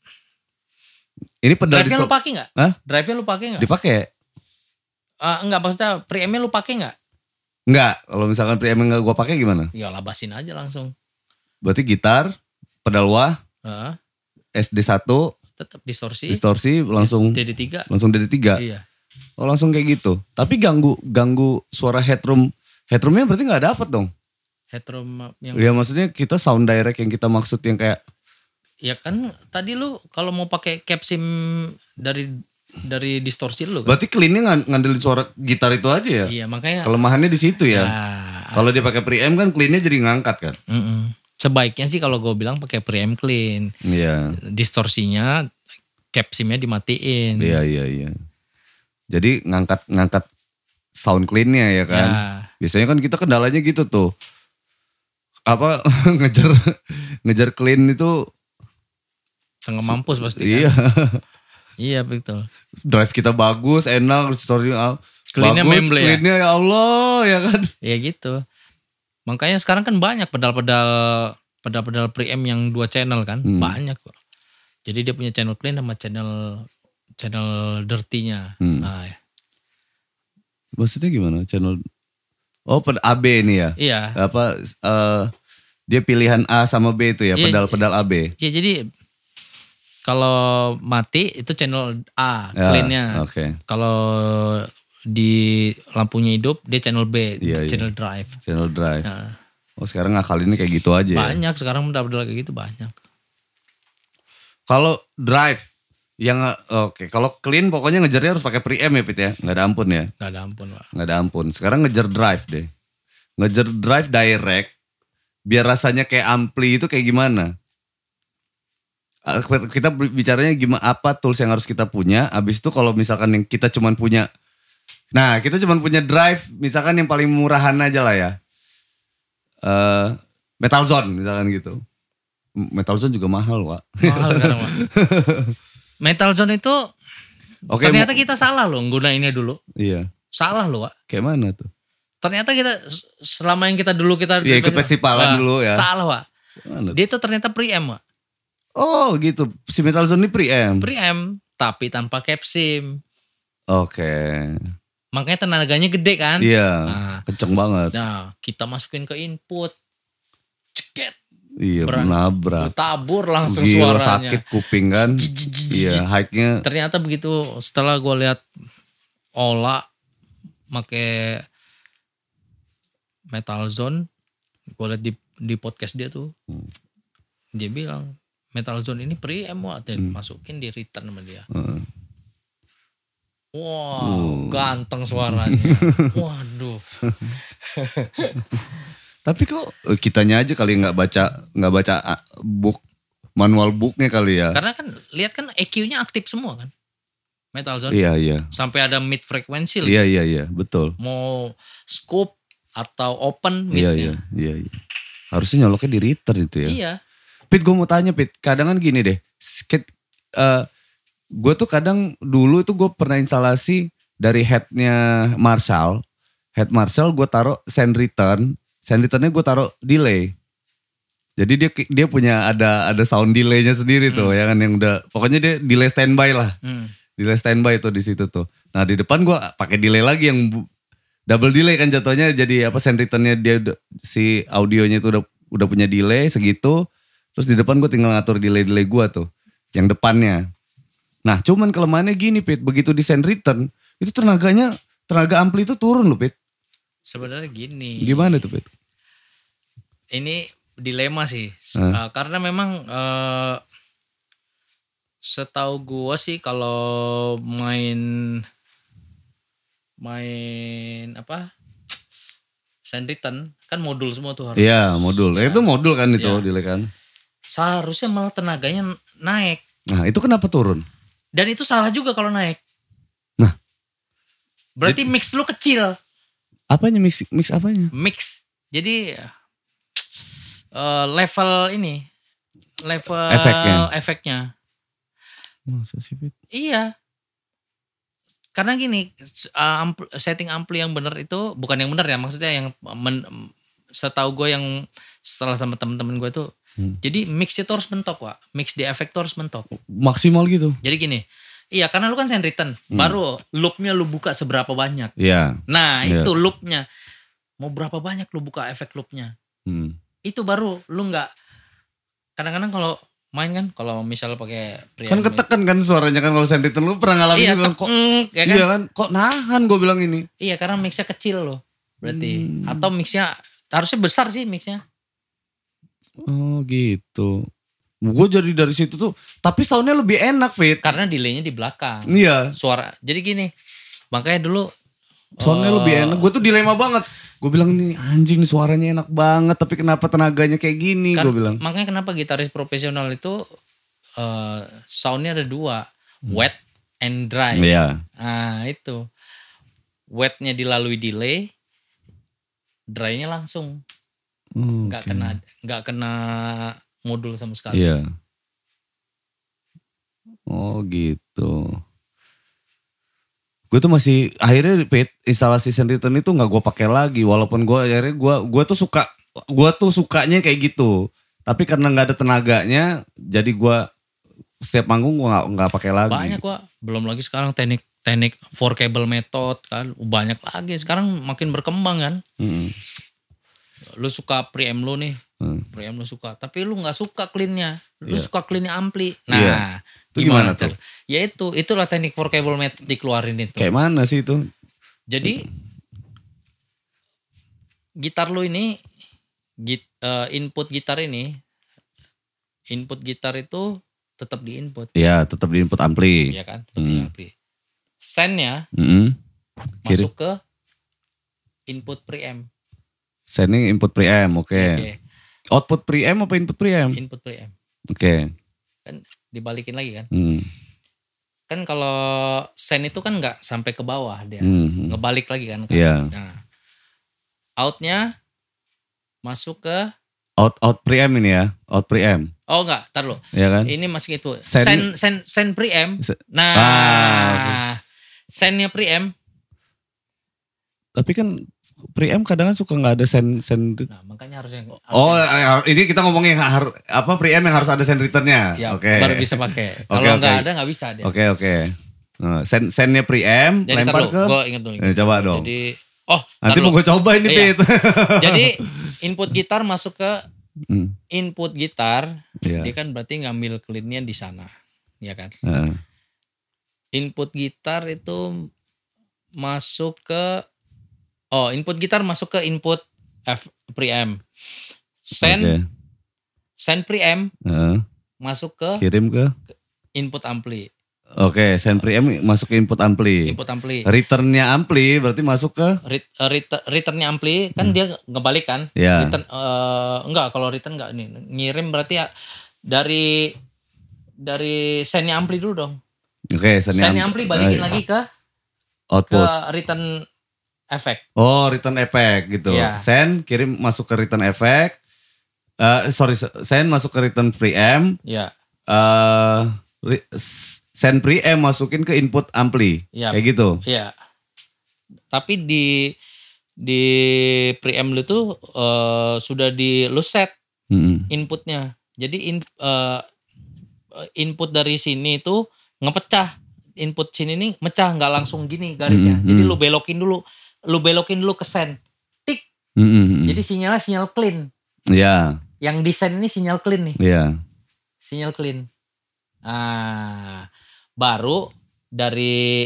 Ini pedal drive-nya lu pakai nggak? Hah? Drive-nya lu pakai nggak? Dipakai. Enggak, maksudnya preamp-nya lu pakai nggak? Enggak. Kalau misalkan preamp nggak gue pakai gimana? Ya labasin aja langsung. Berarti gitar, pedal wah, SD1. Tetap distorsi. Langsung DD3. Langsung DD3. Iya. Oh langsung kayak gitu. Tapi ganggu suara headroom. Headroomnya berarti gak dapet dong. Headroom yang. Ya maksudnya kita sound direct yang kita maksud yang kayak. Ya kan tadi lu kalau mau pakai cap sim dari distorsi lu kan. Berarti cleannya ngandelin suara gitar itu aja ya. Iya makanya. Kelemahannya di situ ya. Kalau dia pakai preamp kan cleannya jadi ngangkat kan. Sebaiknya sih kalau gue bilang pakai preamp clean. Iya. Distorsinya cap simnya dimatiin. Iya. Jadi ngangkat sound clean-nya ya kan. Ya. Biasanya kan kita kendalanya gitu tuh. Apa ngejar clean itu setengah mampus pasti kan. Iya. Iya betul. Drive kita bagus, enak, story clean-nya bagus, clean-nya ya Allah ya kan. Iya gitu. Makanya sekarang kan banyak pedal preamp yang 2 channel kan, banyak kok. Jadi dia punya channel clean sama channel dirty-nya. Nah, ya. Maksudnya gimana channel? Oh, AB ini ya? Iya. Apa Dia pilihan A sama B itu ya, Iya, pedal-pedal AB. Ya jadi kalau mati itu channel A, clean-nya. Oke. Kalau di lampunya hidup dia channel B, Iya, channel drive. Channel drive. Nah, Oh sekarang ngakalinnya kayak gitu aja ya? banyak sekarang model-model kayak gitu banyak. Kalau drive, yang oke. Kalau clean pokoknya ngejarnya harus pakai preamp ya Pit ya? Nggak ada ampun ya? Gak ada ampun Pak. Nggak ada ampun. Sekarang ngejar drive deh. Ngejar drive direct. Biar rasanya kayak ampli itu kayak gimana? Kita bicaranya gimana, apa tools yang harus kita punya. Abis itu kalau misalkan yang kita cuman punya. Nah kita cuman punya drive. Misalkan yang paling murahan aja lah ya. Metal Zone misalkan gitu. Metal Zone juga mahal Wak. Mahal sekarang Pak. Metal Zone itu Oke, ternyata kita salah loh nggunainnya dulu. Iya. Salah loh Pak. Kayak mana tuh? Ternyata kita selama yang kita dulu kita Iya ikut festivalan dulu ya. Salah Pak. Mana? Dia itu ternyata preamp Pak. Oh gitu. Si Metal Zone ini preamp. Preamp tapi tanpa capsim. Oke. Makanya tenaganya gede kan. Iya. Nah, Kenceng banget. Nah kita masukin ke input. Ceket. Iya nabrak. Tabur langsung Gila, suaranya. sakit kuping kan. Iya high-nya. Ternyata begitu setelah gue lihat Ola make Metal Zone, gue lihat di podcast dia tuh, dia bilang Metal Zone ini preamp Wak, dan masukin di return sama dia. Wow, ganteng suaranya. Waduh. Tapi kok kitanya aja kali nggak baca book, manual booknya kali ya. Karena kan lihat kan EQ-nya aktif semua kan. Metal Zone. Iya. Sampai ada mid frekuensi. Iya, betul. Mau scoop atau open midnya. Iya. Harusnya nyoloknya di return itu ya. Iya. Pit gue mau tanya Pit, kadang kan gini deh. Gue tuh kadang dulu itu gue pernah instalasi dari headnya Marshall. Head Marshall gue taruh send return. Send returnnya gue taruh delay. Jadi dia punya ada sound delaynya sendiri tuh ya kan, yang udah pokoknya dia delay standby lah. Delay standby tuh di situ tuh. Nah di depan gue pakai delay lagi yang double delay kan jatuhnya, jadi apa send returnnya dia si audionya itu udah punya delay segitu. Terus di depan gue tinggal ngatur delay gue tuh yang depannya. Nah cuman kelemahannya gini Pit, begitu di send return itu tenaga ampli itu turun loh Pit. Sebenarnya gini. Gimana tuh Pit? Ini dilema sih. Karena memang setahu gue sih kalau main apa send return kan modul semua tuh harus. Iya modul. Itu modul kan itu delay kan. Seharusnya malah tenaganya naik. Nah itu kenapa turun? Dan itu salah juga kalau naik. Nah. Berarti mix lu kecil. Apanya mix apanya? Mix. Jadi level ini. Level efeknya. Masa sih Pit? Iya. Karena gini, setting ampli yang benar itu bukan yang benar ya, maksudnya yang setahu gue yang setelah sama temen-temen gue tuh, jadi mix itu harus mentok Wak, mix di efek itu harus mentok. Maksimal gitu? Jadi gini, iya karena lu kan send return, baru loopnya lu buka seberapa banyak. Iya. Nah itu loopnya, mau berapa banyak lu buka efek loopnya, itu baru lu nggak. Kadang-kadang kalau main kan kalau misalnya pakai preamp kan ketekan kan suaranya kan kalau send return, lu pernah ngalamin juga kok ya kan? Iya kan kok nahan gue bilang ini. Iya karena mixnya kecil loh berarti, atau mixnya harusnya besar sih mixnya. Oh gitu. Gue jadi dari situ tuh, tapi soundnya lebih enak Fit. Karena delaynya di belakang. Iya. Suara, jadi gini, makanya dulu soundnya lebih enak. Gue tuh dilema banget. Gue bilang ini anjing suaranya enak banget, tapi kenapa tenaganya kayak gini kan, gue bilang. Makanya kenapa gitaris profesional itu soundnya ada dua, wet and dry. Iya. Nah itu, wetnya dilalui delay, drynya langsung, nggak kena modul sama sekali. Iya. Oh gitu. Gue tuh masih akhirnya Pit, instalasi send return itu nggak gue pakai lagi, walaupun gue akhirnya gue tuh sukanya kayak gitu, tapi karena nggak ada tenaganya jadi gue setiap manggung gue nggak pakai lagi. Banyak Wak, belum lagi sekarang teknik 4 cable method kan banyak lagi sekarang, makin berkembang kan. lu suka preamp lu nih. Preamp lu suka, tapi lu nggak suka cleannya. Lu suka cleannya ampli. Nah, itu gimana tuh? Ya itulah teknik workable method dikeluarin itu. Kayak mana sih itu? Jadi gitar lu ini input gitar itu tetap di input. Iya, tetap di input ampli. Iya kan, tetap di ampli. Send-nya masuk ke input preamp. Sending input preamp, oke. Output preamp apa input preamp? Input preamp. Oke. Kan dibalikin lagi kan. Kan kalau send itu kan nggak sampai ke bawah dia, ngebalik lagi kan. Iya. Nah, outnya masuk ke out preamp ini ya, out preamp. Oh enggak, tar lo. Iya kan? Ini masuk itu. Send preamp. Nah, okay. Sendnya preamp. Tapi kan preamp kadang suka nggak ada send. Nah, makanya harus yang. Ini kita ngomongin preamp yang harus ada send returnnya. Ya, Oke. Baru bisa pakai. Kalau nggak ada nggak bisa dia. Oke. Nah, sendnya preamp, jadi, lempar ke. Gue inget dulu. Coba dong. Jadi, nanti mau gue coba ini Pit. Jadi input gitar masuk ke input gitar, dia kan berarti ngambil cleannya di sana, ya kan? Input gitar itu masuk ke input gitar masuk ke input preamp. Send preamp masuk ke kirim ke input ampli. Oke, send preamp masuk ke input ampli. Input ampli. Returnnya ampli berarti masuk ke returnnya ampli kan dia ngebalik kan? Yeah. Return enggak, kalau return enggak nih. Ngirim berarti ya dari sendnya ampli dulu dong. Oke, sendnya ampli balikin lagi ke output. Ke return effect. Oh, return effect gitu. Yeah. Send kirim masuk ke return effect. Send masuk ke return preamp. Iya. Send preamp masukin ke input ampli. Ya, kayak gitu. Iya. Tapi di preamp lu tuh sudah lu set inputnya. Jadi input dari sini itu ngepecah. Input sini nih mecah, nggak langsung gini garisnya. Jadi lu belokin dulu ke send. Tik. Jadi sinyal clean. Iya. Yang di send ini sinyal clean nih. Iya. Sinyal clean. Baru dari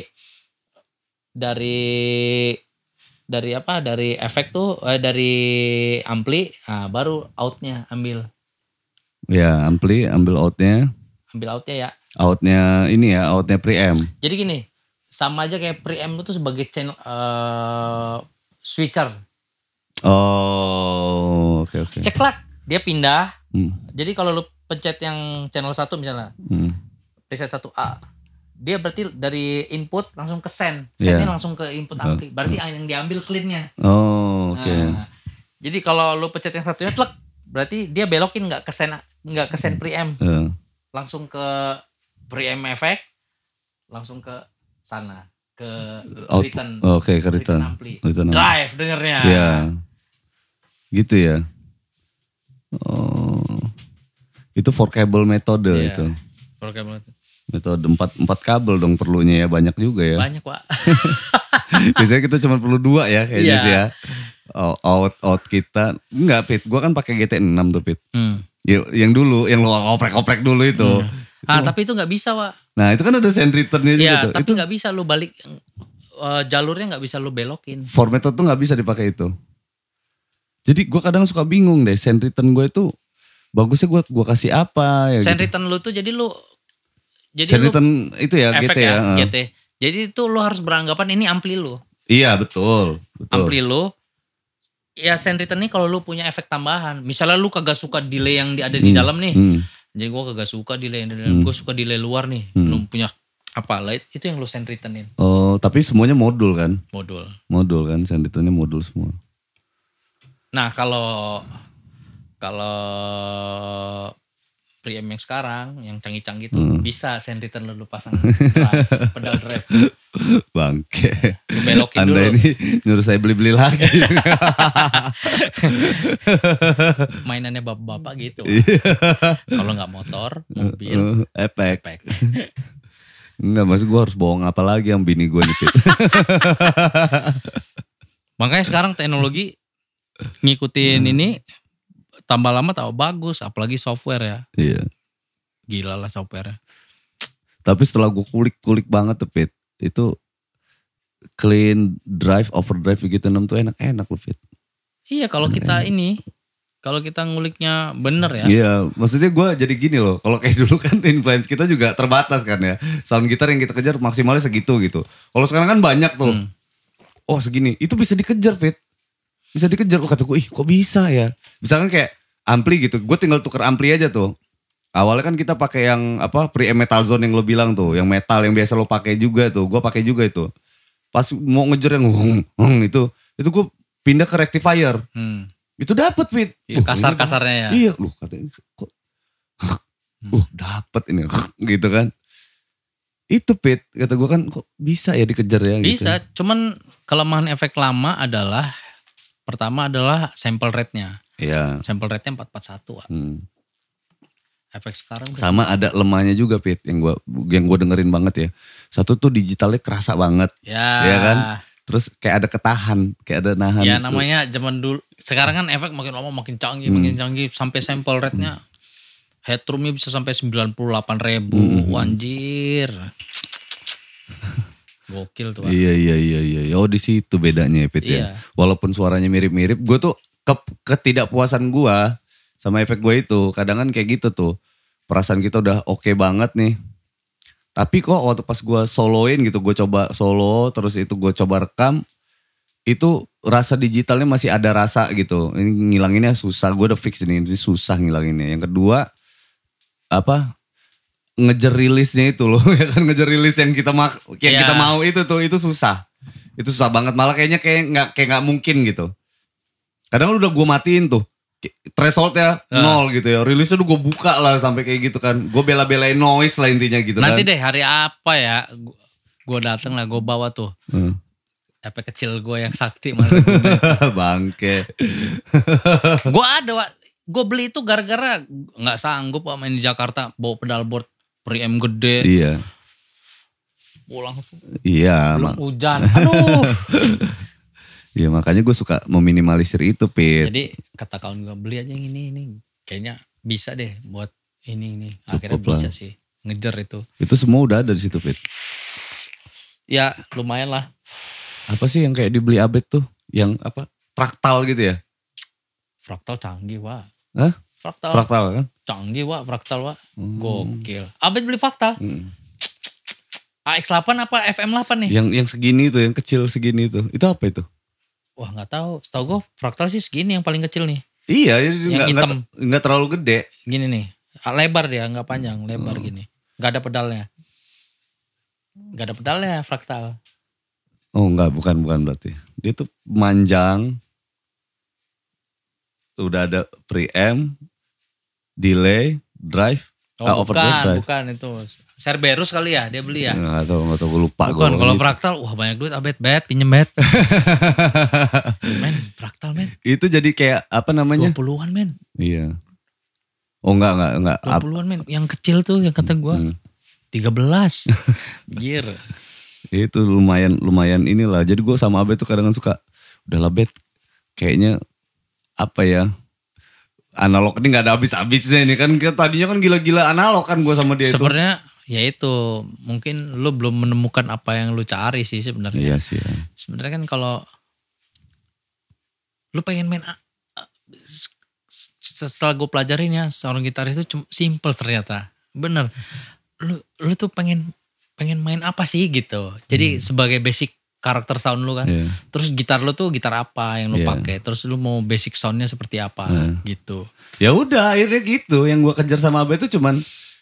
efek tuh dari ampli, baru outnya ambil. Ya, ampli ambil outnya. Ambil outnya ya. Outnya ini ya, outnya preamp. Jadi gini, sama aja kayak preamp itu sebagai channel switcher. Oh, oke. Ceklak, dia pindah. Jadi kalau lu pencet yang channel 1 misalnya, preset 1A, dia berarti dari input langsung ke send. Sendnya langsung ke input ampli. Berarti yang diambil cleannya. Oh, oke. Jadi kalau lu pencet yang satunya, tlek, berarti dia belokin nggak ke send preamp. Langsung ke preamp effect, langsung ke sana. Ke return. Oke, ke return ampli. Drive dengernya. Iya. Gitu ya. Oh. Itu workable metode itu. Workable metode 4 kabel dong perlunya ya, banyak juga ya. Banyak, Pak. Biasanya kita cuma perlu 2 ya kayaknya sih ya. Out kita enggak, Pit. Gua kan pakai GT6 tuh, Pit. Yang dulu, yang lo oprek-oprek dulu itu. Tapi itu nggak bisa, Pak. Nah, itu kan ada send returnnya juga tuh. Tapi nggak bisa lu balik jalurnya, nggak bisa lu belokin. Format tuh nggak bisa dipakai itu. Jadi gue kadang suka bingung deh, send return gue itu bagusnya gue kasih apa ya. Send gitu. return lu tuh jadi send return itu ya efek GT ya. GT. Jadi itu lu harus beranggapan ini ampli lu. Iya betul. Ampli lu. Ya send return ini kalau lu punya efek tambahan. Misalnya lu kagak suka delay yang ada di dalam nih. Jadi gue kagak suka delay yang di dalam. Gue suka delay luar nih. Lu punya apa light itu yang lu send returnin. Oh, tapi semuanya modul kan? Modul kan, send returnnya modul semua. Nah, kalau preamp yang sekarang yang canggih-canggih tuh bisa send return lu pasang pedal drive. Bangke. Lu belokin Anda dulu. ini nyuruh saya beli-beli lagi. Mainannya bapak-bapak gitu. Kalau nggak motor, mobil, efek. Enggak, maksud gue harus bohong apa lagi yang bini gue nih. Makanya sekarang teknologi ngikutin ini tambah lama tambah bagus, apalagi software ya. Iya. Gila lah software. Tapi setelah gue kulik banget tuh Pit, itu clean drive, overdrive gitu 6 tuh enak-enak loh Pit. Iya kalau kita kalau kita nguliknya bener ya. Iya, maksudnya gue jadi gini loh, kalau kayak dulu kan influence kita juga terbatas kan ya. Sound gitar yang kita kejar maksimalnya segitu gitu. Kalau sekarang kan banyak tuh. Oh segini, itu bisa dikejar Pit. Bisa dikejar, kata gue, ih kok bisa ya. Misalkan kayak ampli gitu, gue tinggal tuker ampli aja tuh. Awalnya kan kita pakai yang preamp metal zone yang lo bilang tuh, yang metal yang biasa lo pakai juga tuh, gue pakai juga itu. Pas mau ngejar yang itu gue pindah ke rectifier. Itu dapet Fit. Ya, kasar-kasarnya ya. Iya, lu katanya kok dapet ini gitu kan. Itu Fit, kata gue kan kok bisa ya dikejar ya. Bisa, gitu. Cuman kelemahan efek lama adalah pertama adalah sample rate-nya. Iya. Sample rate-nya 441. Efek sekarang sama ada lemahnya juga Pit yang gue dengerin banget ya. Satu tuh digitalnya kerasa banget. Ya kan? Terus kayak ada ketahan, kayak ada nahan. Ya namanya zaman dulu. Sekarang kan efek makin lama makin canggih, sampai sample rate-nya headroom-nya bisa sampai 98.000. Anjir. Gokil tuh. Iya. Oh di situ bedanya ya Pit ya. Walaupun suaranya mirip-mirip, gue tuh ketidakpuasan gue sama efek gue itu kadang kan kayak gitu tuh, perasaan kita udah oke banget nih, tapi kok waktu pas gue soloin gitu, gue coba solo terus itu gue coba rekam, itu rasa digitalnya masih ada rasa gitu. Ini ngilanginnya susah, gue udah fix ini susah ngilanginnya. Yang kedua ngejar rilisnya itu loh ya kan, ngejar rilis yang kita kita mau itu tuh, itu susah banget, malah kayaknya kayak nggak mungkin gitu. Kadang udah gue matiin tuh thresholdnya 0 gitu ya. Rilisnya udah gue buka lah sampai kayak gitu kan. Gue bela-belain noise lah intinya gitu. Nanti kan. Deh hari apa ya gue dateng lah, gue bawa tuh efek kecil gue yang sakti. Bangke. Gue ada gue beli itu gara-gara gak sanggup main di Jakarta bawa pedalboard preamp gede. Iya. Pulang iya, belum hujan. Aduh. Iya makanya gue suka meminimalisir itu Pit. Jadi kata kawan gue beli aja yang ini kayaknya bisa deh buat ini. Akhirnya cukup bisa lah. sih ngejar itu. Itu semua udah ada di situ Pit. Ya lumayan lah. Apa sih yang kayak dibeli Abed tuh? Yang fraktal gitu ya? Fraktal canggih wah. Hah? Fraktal kan? Canggih wah, fraktal wah. Gokil. Abed beli fraktal. AX8 apa FM8 nih? Yang segini tuh, yang kecil segini tuh. Itu apa itu? Wah nggak tahu. Setahu gue fraktal sih segini yang paling kecil nih. Iya, yang hitam. Nggak terlalu gede. Gini nih, lebar dia, nggak panjang, lebar gini. Nggak ada pedalnya. Nggak ada pedalnya fraktal. Oh enggak, bukan berarti. Dia tuh manjang. Tuh udah ada preamp, delay, drive, overdrive. Bukan itu. Cerberus kali ya dia beli ya? Nggak tahu gue lupa. Bukan, kalau fraktal, wah banyak duit, bet, pinjem bet. Men, fraktal men. Itu jadi kayak apa namanya? 20-an men. Iya. Oh enggak. 20-an men, yang kecil tuh yang kata gue. 13. Gir. Itu lumayan inilah. Jadi gue sama Abed tuh kadang suka, udah lah Bet, kayaknya apa ya, analog ini gak ada habis-habisnya ini kan. Tadinya kan gila-gila analog kan gue sama dia. Sebenarnya ya itu mungkin lu belum menemukan apa yang lu cari sih sebenarnya. Iya sih ya. Sebenarnya kan kalau lu pengen main setelah gue pelajarin ya, seorang gitaris itu simple ternyata. Bener. Lu tuh pengen main apa sih gitu. Jadi sebagai basic karakter sound lu kan. Terus gitar lu tuh gitar apa yang lu pakai. Terus lu mau basic soundnya seperti apa gitu. Ya udah akhirnya gitu. Yang gue kejar sama Abah itu cuman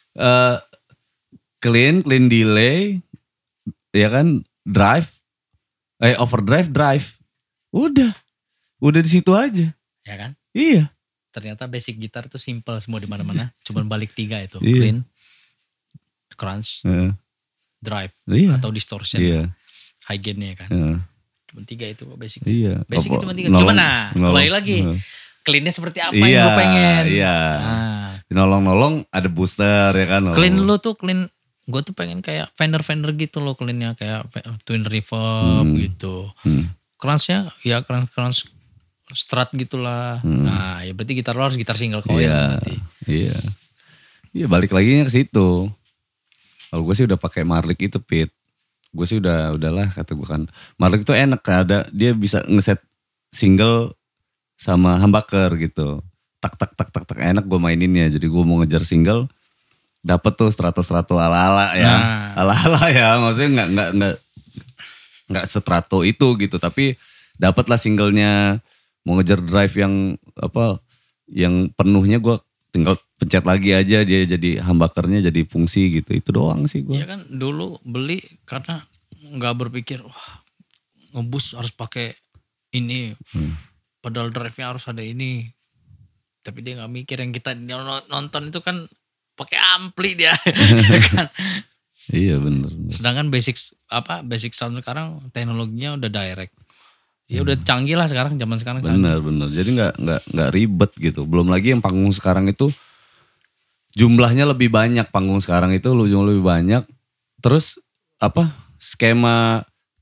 clean delay, ya kan, drive, overdrive, drive. Udah di situ aja. Ya kan? Iya. Ternyata basic gitar tuh simple semua di mana-mana. Cuman balik 3 itu. Iya. Clean, crunch, drive, atau distortion, high gainnya kan. Cuma 3 itu basic. Iya. Basic cuma 3. Coba kembali lagi. Cleannya seperti apa yang lu pengen. Iya. Nolong-nolong ada booster ya kan. Clean lu tuh clean. Gue tuh pengen kayak Fender gitu loh cleannya. Kayak twin reverb gitu. Crunchnya ya crunch strat gitulah. Nah, ya berarti gitar lo harus gitar single coil berarti. Iya. Iya, balik lagi ke situ. Kalau gue sih udah pakai Marlik itu, Pit. Gue sih udahlah kata gue kan. Marlik itu enak, dia bisa ngeset single sama humbucker gitu. Tak enak gue maininnya. Jadi gue mau ngejar single, dapet tuh strato ala-ala ya. Ala-ala ya, maksudnya nggak setrato itu gitu, tapi dapet lah singlenya. Mau ngejar drive yang penuhnya gue tinggal pencet lagi aja, dia jadi humbuckernya jadi fungsi gitu. Itu doang sih gue. Iya kan dulu beli karena nggak berpikir wah ngebus harus pakai ini, pedal drive-nya harus ada ini. Tapi dia nggak mikir yang kita nonton itu kan pakai ampli dia. Kan? Iya bener. Sedangkan basic sound sekarang teknologinya udah direct. Ya udah canggih lah sekarang, zaman sekarang. Bener. Jadi nggak ribet gitu. Belum lagi yang panggung sekarang itu jumlahnya lebih banyak, panggung sekarang itu jumlah lebih banyak. Terus skema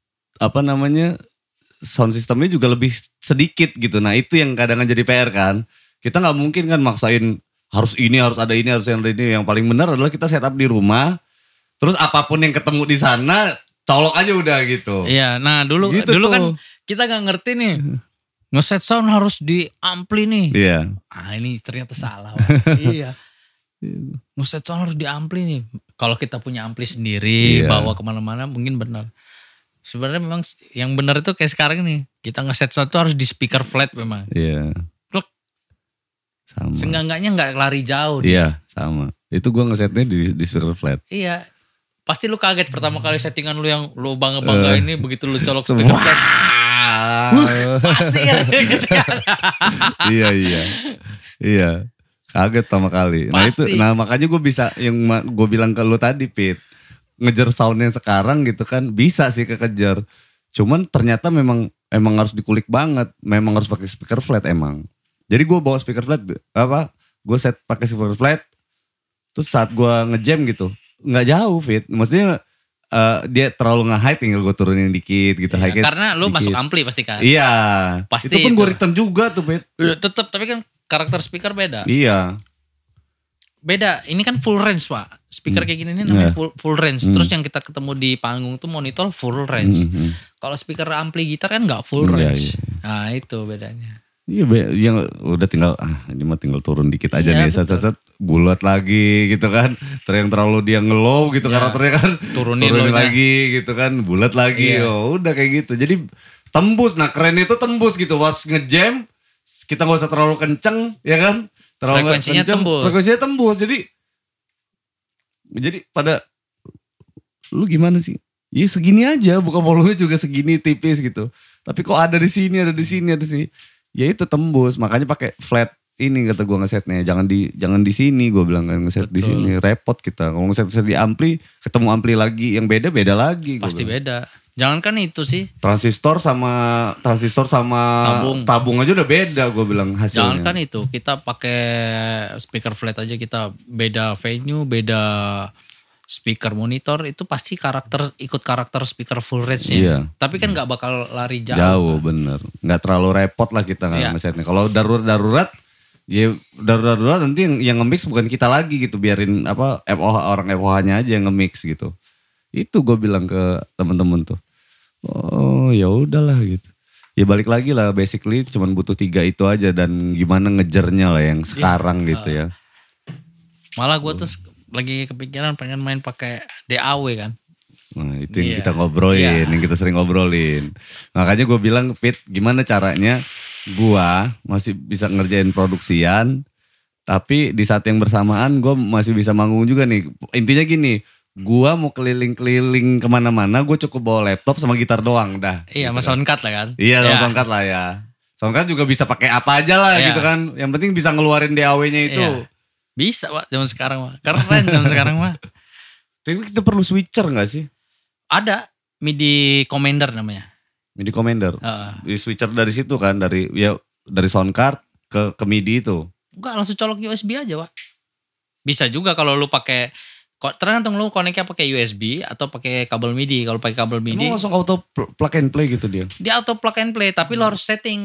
sound systemnya juga lebih sedikit gitu. Nah itu yang kadang jadi PR kan. Kita nggak mungkin kan maksain harus ada ini. Yang paling benar adalah kita setup di rumah. Terus apapun yang ketemu di sana, colok aja udah gitu. Iya, nah dulu kan kita gak ngerti nih. Ngeset sound harus di ampli nih. Iya. Ini ternyata salah. Iya. Ngeset sound harus di ampli nih. Kalau kita punya ampli sendiri, bawa kemana-mana mungkin benar. Sebenarnya memang yang benar itu kayak sekarang nih. Kita ngeset sound itu harus di speaker flat memang. Iya. Kluk. Sama. Seenggak-enggaknya gak lari jauh. Iya, sama. Itu gue ngesetnya di speaker flat. Iya. Pasti lu kaget pertama kali settingan lu yang lu bangga ini begitu lu colok speaker flat. Pasir gitu kan. Iya. Kaget pertama kali. Pasti. Nah makanya gue bisa yang gue bilang ke lu tadi, Pit. Ngejar soundnya sekarang gitu kan bisa sih kekejar. Cuman ternyata memang harus dikulik banget. Memang harus pakai speaker flat emang. Jadi gue bawa speaker flat gue set pakai speaker flat. Terus saat gue ngejam gitu, nggak jauh Fit. Maksudnya dia terlalu nge-high, tinggal gue turunin dikit gitu. Iya, karena lu dikit. Masuk ampli pasti kan. Iya. Pasti itu pun gue return juga tuh Fit. Tetep, tapi kan karakter speaker beda. Iya. Beda, ini kan full range Pak. Speaker kayak gini ini namanya full range. Terus yang kita ketemu di panggung tuh monitor full range. Kalau speaker ampli gitar kan nggak full range. Iya. Nah itu bedanya. Iya, yang udah tinggal ini mah tinggal turun dikit aja nih, set bulat lagi gitu kan. Yang terlalu dia ngelow gitu karakternya kan. Turunin lagi gitu kan, bulat lagi. Oh, udah kayak gitu. Jadi tembus. Nah, keren itu tembus gitu. Pas ngejam kita enggak usah terlalu kenceng, ya kan? Terlalu frekuensinya tembus. Jadi pada lu gimana sih? Ya segini aja, buka volume juga segini tipis gitu. Tapi kok ada di sini. Ya itu tembus, makanya pakai flat ini kata gue ngesetnya. Jangan di sini, gue bilang kan ngeset di sini repot kita. Kalau ngeset di ampli, ketemu ampli lagi yang beda lagi. Pasti beda. Jangan kan itu sih. Transistor sama tabung aja udah beda, gue bilang hasilnya. Jangan kan itu, kita pakai speaker flat aja kita beda venue, beda speaker monitor itu pasti ikut karakter speaker full range-nya. Iya. Tapi kan gak bakal lari jauh. Jauh bener. Gak terlalu repot lah kita ngesetnya. Kalau darurat nanti yang nge-mix bukan kita lagi gitu. Biarin orang FOH-nya aja yang nge-mix gitu. Itu gue bilang ke temen-temen tuh. Oh ya udahlah gitu. Ya balik lagi lah, basically cuman butuh 3 itu aja. Dan gimana ngejarnya lah yang sekarang gitu ya. Malah gue tuh lagi kepikiran pengen main pakai DAW kan. Nah itu yang kita ngobrolin, yang kita sering ngobrolin. Makanya gue bilang, Pit, gimana caranya gue masih bisa ngerjain produksian, tapi di saat yang bersamaan gue masih bisa manggung juga nih. Intinya gini, gue mau keliling-keliling kemana-mana, gue cukup bawa laptop sama gitar doang dah. Iya, sama soundcard lah kan. Iya, sama soundcard lah ya. Soundcard juga bisa pakai apa aja lah gitu kan. Yang penting bisa ngeluarin DAW-nya itu. Iya. Bisa Pak, zaman sekarang Pak. Keren zaman sekarang Pak. Tapi kita perlu switcher gak sih? Ada, MIDI Commander namanya. MIDI Commander? Di switcher dari situ kan, dari sound card ke MIDI itu? Enggak, langsung colok USB aja Pak. Bisa juga kalau lu pakai, tergantung lu koneknya pakai USB atau pakai kabel MIDI. Kalau pakai kabel MIDI. Emang langsung auto plug and play gitu dia? Dia auto plug and play, tapi lu harus setting.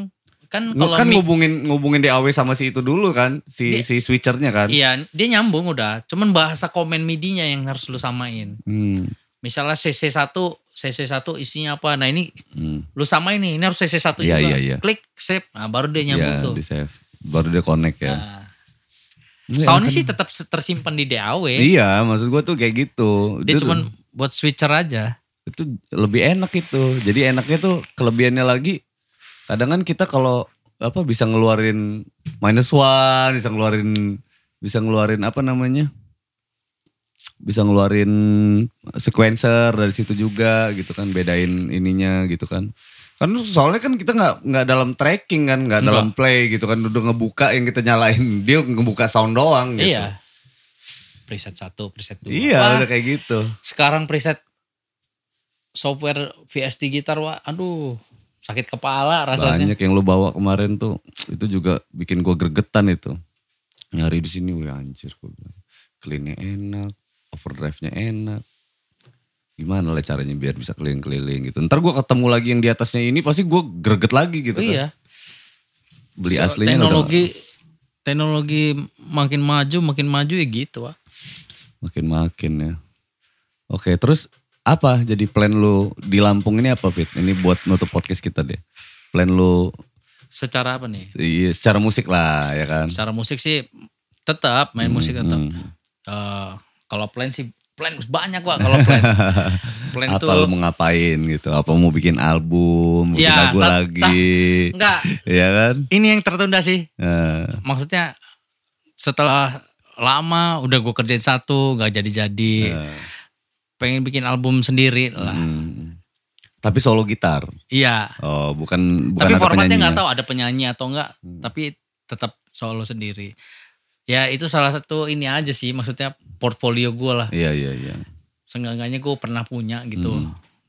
Kan Lu kalau kan ngubungin DAW sama si itu dulu kan, si switchernya kan. Iya, dia nyambung udah. Cuman bahasa komen MIDI-nya yang harus lu samain. Misalnya CC1 isinya apa. Nah ini lu samain nih, ini harus CC1 juga. Iya. Klik save, nah baru dia nyambung tuh. Di save. Baru dia connect ya. Nah, soundnya sih tetap tersimpan di DAW. Iya, maksud gue tuh kayak gitu. Dia cuman buat switcher aja. Itu lebih enak itu. Jadi enaknya tuh kelebihannya lagi. Kadang kan kita kalau bisa ngeluarin -1, bisa ngeluarin apa namanya? Bisa ngeluarin sequencer dari situ juga gitu kan, bedain ininya gitu kan. Kan soalnya kan kita nggak dalam tracking kan, nggak dalam play gitu kan, udah ngebuka yang kita nyalain, dia ngebuka sound doang gitu. Iya. Preset 1, preset 2. Iya, udah kayak gitu. Sekarang preset software VST gitar, aduh sakit kepala rasanya. Banyak yang lu bawa kemarin tuh, itu juga bikin gue gregetan itu. Nyari di sini, wih anjir gue bilang. Clean-nya enak, overdrive-nya enak. Gimana lah caranya biar bisa keliling-keliling gitu. Ntar gue ketemu lagi yang di atasnya ini, pasti gue greget lagi gitu kan. Iya. Beli aslinya teknologi makin maju ya gitu, Wak. Makin ya. Oke, terus apa jadi plan lu di Lampung ini apa, Fit? Ini buat nutup podcast kita deh. Plan lu secara apa nih? Iya, secara musik lah ya kan. Secara musik sih tetap main musik tetap. Kalau plan sih banyak, Pak, kalau plan. Plan apa tuh, lu mau ngapain gitu? Apa mau bikin album, bikin lagu lagi? Enggak. Iya kan? Ini yang tertunda sih. Maksudnya setelah lama udah gue kerjain satu gak jadi-jadi. Pengen bikin album sendiri lah. Tapi solo gitar? Iya. Oh bukan tapi ada formatnya gak tahu ada penyanyi atau enggak. Tapi tetap solo sendiri. Ya itu salah satu ini aja sih. Maksudnya portfolio gue lah. Iya. Seenggaknya gue pernah punya gitu.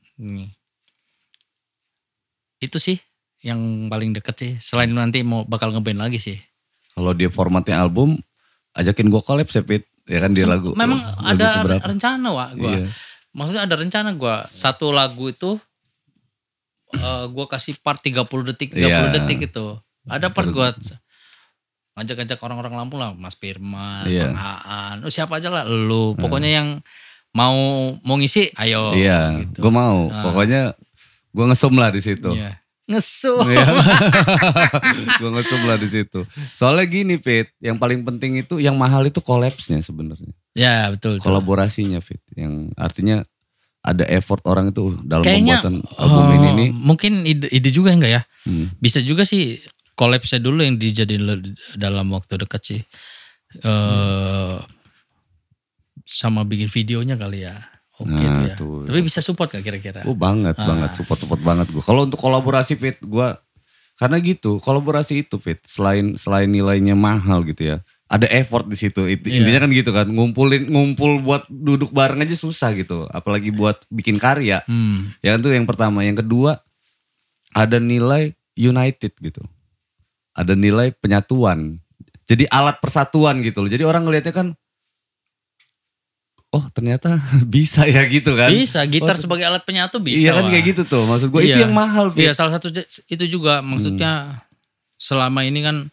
Itu sih yang paling deket sih. Selain nanti mau bakal ngeband lagi sih. Kalau dia formatnya album, ajakin gue collab Sepit. Ya kan dia lagu. Memang ada seberapa? rencana, Wak, gue. Iya. Maksudnya ada rencana gue. Satu lagu itu gue kasih part 30 detik itu. Ada part gue ngajak-ngajak orang-orang Lampung lah. Mas Firman, Bang Aan. Siapa aja lah lu. Pokoknya yang mau ngisi ayo. Iya gitu. Gue mau. Pokoknya gue ngesum lah di situ. Iya. Ngesum. Gue ngesum lah di situ. Soalnya gini, Fit, yang paling penting itu yang mahal itu collapse-nya sebenarnya. Ya betul. Kolaborasinya, Fit, yang artinya ada effort orang itu dalam kayaknya, pembuatan album ini. Mungkin ide juga enggak ya? Bisa juga sih collapse-nya dulu yang dijadiin dalam waktu dekat sih. Sama bikin videonya kali ya. Tuh. Tapi bisa support gak kira-kira? Banget, support banget gue. Kalau untuk kolaborasi, Fit, gue karena gitu, kolaborasi itu, Fit, selain nilainya mahal gitu ya, ada effort di situ. Intinya kan gitu kan, ngumpul buat duduk bareng aja susah gitu, apalagi buat bikin karya. Ya kan tuh yang pertama, yang kedua ada nilai united gitu, ada nilai penyatuan. Jadi alat persatuan gitu loh. Jadi orang ngelihatnya kan, oh ternyata bisa ya gitu kan. Bisa, gitar sebagai alat penyatu bisa. Iya kan kayak gitu tuh, maksud gue itu yang mahal. Iya salah satu itu juga maksudnya selama ini kan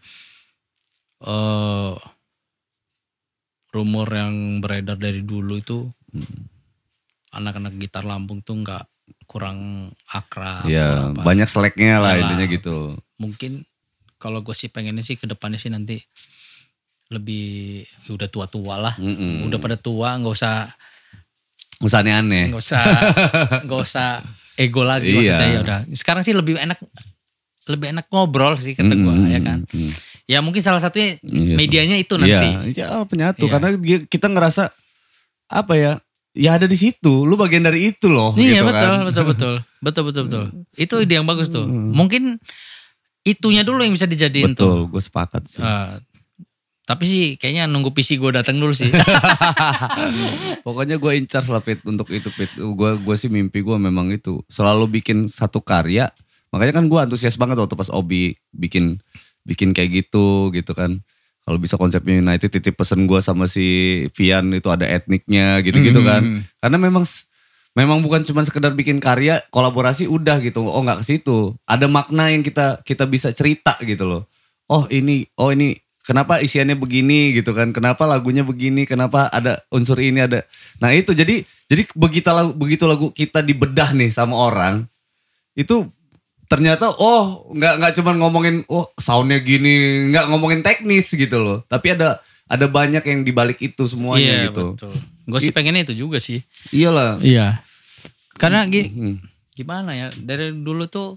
rumor yang beredar dari dulu itu anak-anak gitar Lampung tuh kurang akrab. Iya banyak seleknya lah intinya gitu. Mungkin kalau gue sih pengennya sih kedepannya sih nanti lebih udah tua-tua lah, udah pada tua, nggak usah aneh-aneh, nggak usah ego lagi maksudnya ya udah. Sekarang sih lebih enak ngobrol sih kata gue ya kan. Ya mungkin salah satunya medianya itu nanti. Iya penyatu karena kita ngerasa apa ya ada di situ, lu bagian dari itu loh. Iya gitu betul. Itu ide yang bagus tuh. Mungkin itunya dulu yang bisa dijadiin tuh. Betul, gue sepakat sih. Tapi sih kayaknya nunggu PC gue datang dulu sih. Pokoknya gue in charge lah, Pit, untuk itu, Pit. Gue sih mimpi gue memang itu. Selalu bikin satu karya. Makanya kan gue antusias banget waktu pas Obi bikin kayak gitu kan. Kalau bisa konsepnya United, titip pesen gue sama si Vian itu ada etniknya gitu-gitu kan. Karena memang memang bukan cuma sekedar bikin karya, kolaborasi udah gitu. Oh nggak ke situ. Ada makna yang kita bisa cerita gitu loh. Oh ini kenapa isiannya begini gitu kan? Kenapa lagunya begini? Kenapa ada unsur ini ada? Nah itu jadi begitu lagu kita dibedah nih sama orang, itu ternyata nggak cuma ngomongin soundnya gini, nggak ngomongin teknis gitu loh. Tapi ada banyak yang dibalik itu semuanya gitu. Betul. Gue sih pengennya itu juga sih. Iyalah. Iya. Karena gimana ya, dari dulu tuh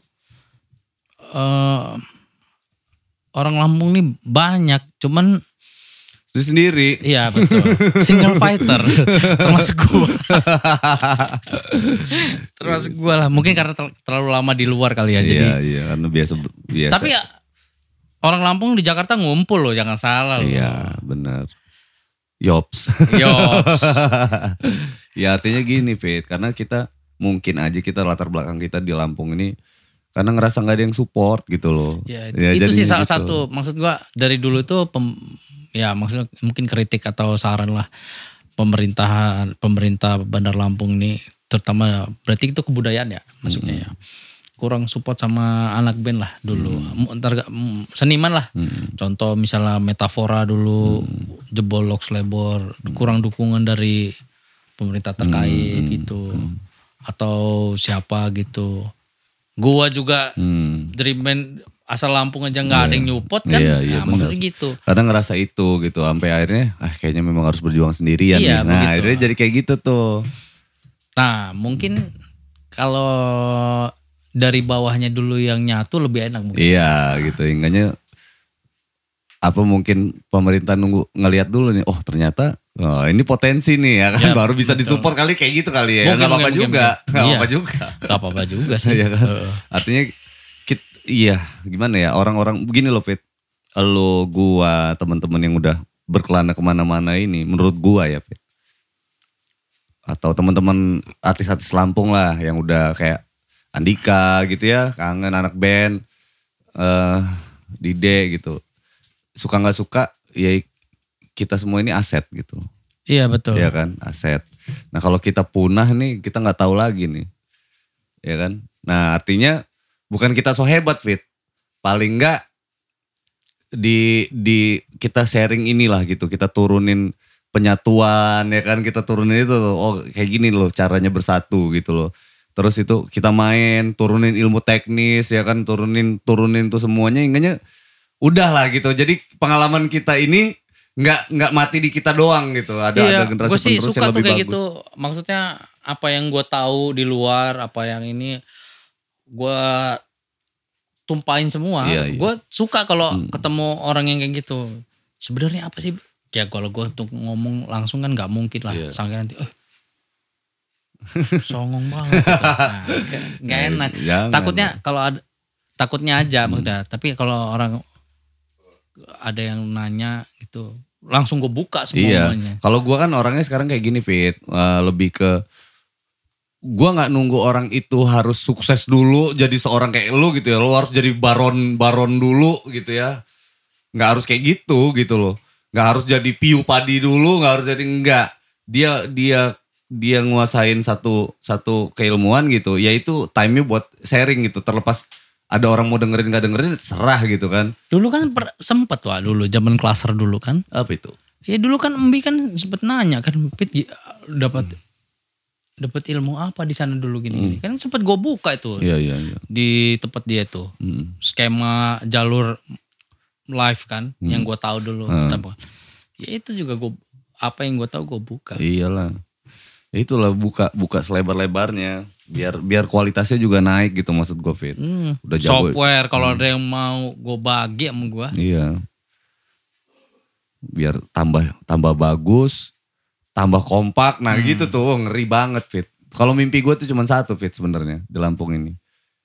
orang Lampung nih banyak, cuman sendiri. Iya betul. Single fighter termasuk gue. Termasuk gue lah. Mungkin karena terlalu lama di luar kali ya. Iya karena biasa. Tapi ya, orang Lampung di Jakarta ngumpul loh, jangan salah loh. Iya benar. Yops. Ya artinya gini Fit, karena kita mungkin aja kita latar belakang kita di Lampung ini karena ngerasa gak ada yang support gitu loh. Ya itu sih salah satu, maksud gua dari dulu tuh maksudnya mungkin kritik atau saran lah pemerintah Bandar Lampung nih, terutama berarti itu kebudayaan ya maksudnya ya. Kurang support sama anak band lah dulu. Seniman lah. Contoh misalnya Metafora dulu, jebol Lox Labor, kurang dukungan dari pemerintah terkait gitu. Atau siapa gitu. Gua juga Dream Band asal Lampung aja gak ada yang nyupot kan. Nah, maksudnya gitu. Kadang ngerasa itu gitu. Sampai akhirnya kayaknya memang harus berjuang sendirian nih. Nah akhirnya jadi kayak gitu tuh. Nah mungkin kalau dari bawahnya dulu yang nyatu lebih enak mungkin. Iya gitu, ingatnya mungkin pemerintah ngelihat dulu nih, ternyata ini potensi nih ya kan, baru bisa disupport kali kayak gitu kali ya. Gak apa-apa juga. Gak apa-apa juga sih. Iya kan? Artinya gimana ya, orang-orang begini loh Fit. Lo, gua, teman-teman yang udah berkelana kemana-mana ini, menurut gua ya Fit. Atau teman-teman artis-artis Lampung lah yang udah kayak Andika gitu ya, kangen anak band, Dide gitu. Suka gak suka, ya kita semua ini aset gitu. Iya betul. Iya kan, aset. Nah kalau kita punah nih, kita gak tahu lagi nih. Ya kan. Nah artinya bukan kita so hebat Fit. Paling gak di kita sharing inilah gitu. Kita turunin penyatuan ya kan. Kita turunin itu, kayak gini loh caranya bersatu gitu loh. Terus itu kita main, turunin ilmu teknis ya kan, turunin tuh semuanya, ingatnya udah lah gitu. Jadi pengalaman kita ini nggak mati di kita doang gitu. Ada generasi penerus yang lebih bagus. Gue sih suka tuh kayak gitu. Maksudnya apa yang gue tahu di luar, apa yang ini gue tumpahin semua. Gue suka kalau ketemu orang yang kayak gitu. Sebenarnya apa sih? Ya kalau gue tuh ngomong langsung kan nggak mungkin lah. Sampai nanti songong banget gitu. Nah, gak enak. Takutnya kalau takutnya aja maksudnya. Tapi kalau orang ada yang nanya gitu, langsung gue buka semuanya. Kalau gue kan orangnya sekarang kayak gini Fit, lebih ke gue nggak nunggu orang itu harus sukses dulu jadi seorang kayak lu gitu ya. Lu harus jadi baron dulu gitu ya. Nggak harus kayak gitu loh. Nggak harus jadi piu padi dulu, nggak harus jadi dia nguasain satu keilmuan gitu, yaitu time-nya buat sharing gitu, terlepas ada orang mau dengerin gak dengerin serah gitu kan. Dulu kan sempet dulu zaman klaser dulu kan. Apa itu? Ya dulu kan Embi kan sempet nanya kan, Pit dapat ilmu apa di sana dulu gini. Kan sempet gue buka itu. Iya. Di tempat dia tuh. Skema jalur live kan yang gue tahu dulu. Ya itu juga apa yang gue tahu gue buka. Iyalah. Itulah buka selebar-lebarnya biar kualitasnya juga naik gitu maksud gue Fit. Udah jago. Software kalau ada yang mau gue bagi sama gue. Iya. Biar tambah bagus, tambah kompak. Nah gitu tuh ngeri banget Fit. Kalau mimpi gue tuh cuma satu Fit sebenarnya di Lampung ini.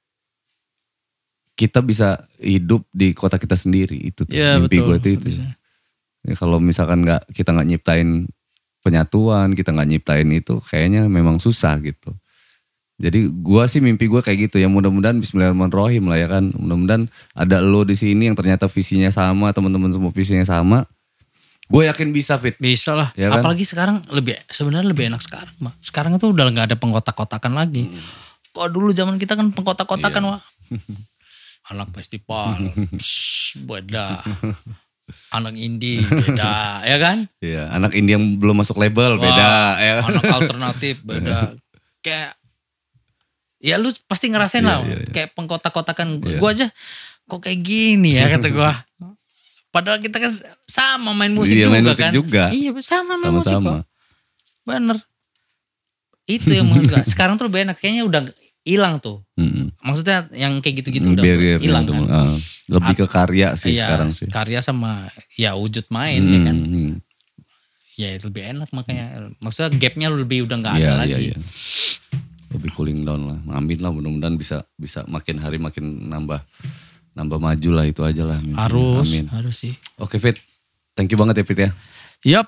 Kita bisa hidup di kota kita sendiri itu tuh. Ya, mimpi gue tuh itu. Ya, kalau misalkan kita nggak nyiptain penyatuan, kita nggak nyiptain itu kayaknya memang susah gitu. Jadi mimpi gue kayak gitu ya, mudah-mudahan bismillahirrahmanirrahim lah ya kan. Mudah-mudahan ada lo di sini yang ternyata visinya sama, teman-teman semua visinya sama. Gue yakin bisa Fit. Bisa lah. Ya kan? Apalagi sekarang sebenarnya lebih enak sekarang mah. Sekarang itu udah nggak ada pengkotak-kotakan lagi. Kok dulu zaman kita kan pengkotak-kotakan wah. Anak festival, beda. Anak indie beda, ya kan? Iya, anak indie yang belum masuk label beda. Ya. Anak alternatif beda. Kayak, ya lu pasti ngerasain lah. Kayak pengkotak-kotakan. Gue aja kok kayak gini ya kata gue. Padahal kita kan sama main musik juga main musik kan. juga. Iya sama main musik kok. Bener. Itu yang maksud gue. Sekarang tuh lebih enak. Kayaknya udah hilang tuh. Maksudnya yang kayak gitu-gitu udah hilang kan. Lebih ke karya sih sekarang sih. Karya sama ya wujud main ya kan. Ya itu lebih enak makanya. Maksudnya gapnya lebih udah gak ada lagi. Iya. Lebih cooling down lah. Amin lah mudah-mudahan bisa makin hari makin nambah maju lah, itu aja lah. Harus sih. Oke Fit, thank you banget ya Fit ya. Yup.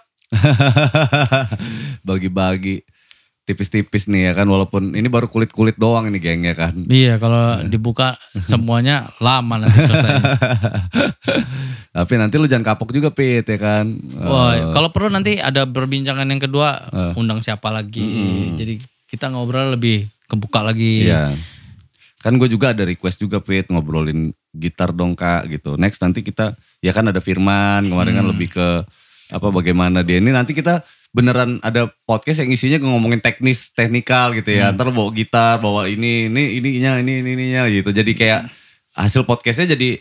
Bagi-bagi tipis-tipis nih ya kan, walaupun ini baru kulit-kulit doang ini gengnya kan. Iya kalau dibuka semuanya lama nanti selesai. Tapi nanti lu jangan kapok juga Fit ya kan. Wah, kalau perlu nanti ada perbincangan yang kedua, undang siapa lagi. Jadi kita ngobrol lebih kebuka lagi. Iya. Kan gue juga ada request juga Fit, ngobrolin gitar dong Kak gitu. Next nanti kita, ya kan ada Firman kemarin kan lebih ke bagaimana dia. Ini nanti kita beneran ada podcast yang isinya ngomongin teknikal gitu ya. Ntar bawa gitar, bawa ininya gitu. Jadi kayak hasil podcastnya jadi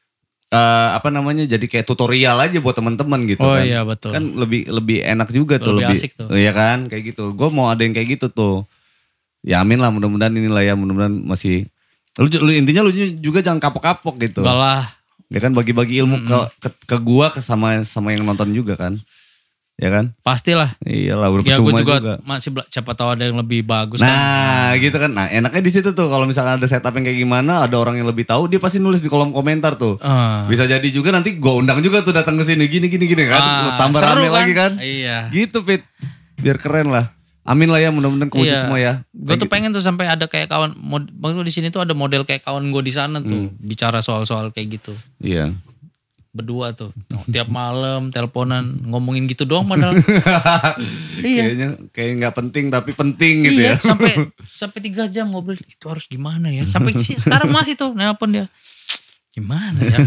jadi kayak tutorial aja buat teman-teman gitu kan. Iya betul. Kan lebih enak juga tuh. Lebih asik tuh. Iya kan kayak gitu. Gue mau ada yang kayak gitu tuh. Ya amin lah, mudah-mudahan inilah ya, mudah-mudahan masih. Lu intinya lu juga jangan kapok-kapok gitu. Enggak lah. Ya kan bagi-bagi ilmu ke gua sama yang nonton juga kan. Ya kan? Pastilah. Iyalah udah ya, percuma juga. juga. Masih siapa tahu ada yang lebih bagus kan. Gitu kan. Nah, enaknya di situ tuh kalau misalkan ada setup yang kayak gimana, ada orang yang lebih tahu, dia pasti nulis di kolom komentar tuh. Bisa jadi juga nanti gua undang juga tuh datang ke sini gini kan. Tambah rame kan? Lagi kan? Iya. Gitu Fit. Biar keren lah. Amin lah ya, mudah-mudahan kewujud semua ya. Gue tuh pengen tuh sampai ada kayak kawan, waktu di sini tuh ada model kayak kawan gue di sana tuh, bicara soal-soal kayak gitu. Iya. Berdua tuh, tiap malam teleponan ngomongin gitu doang padahal. Iya. Kayak nggak penting tapi penting gitu ya. Sampai 3 jam ngobrol, itu harus gimana ya? Sampai sekarang masih tuh nelpon dia. Gimana ya?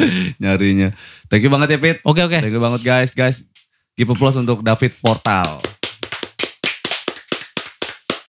Nyarinya. Thank you banget ya Fit. Oke. Thank you banget guys. Give applause untuk David Portal.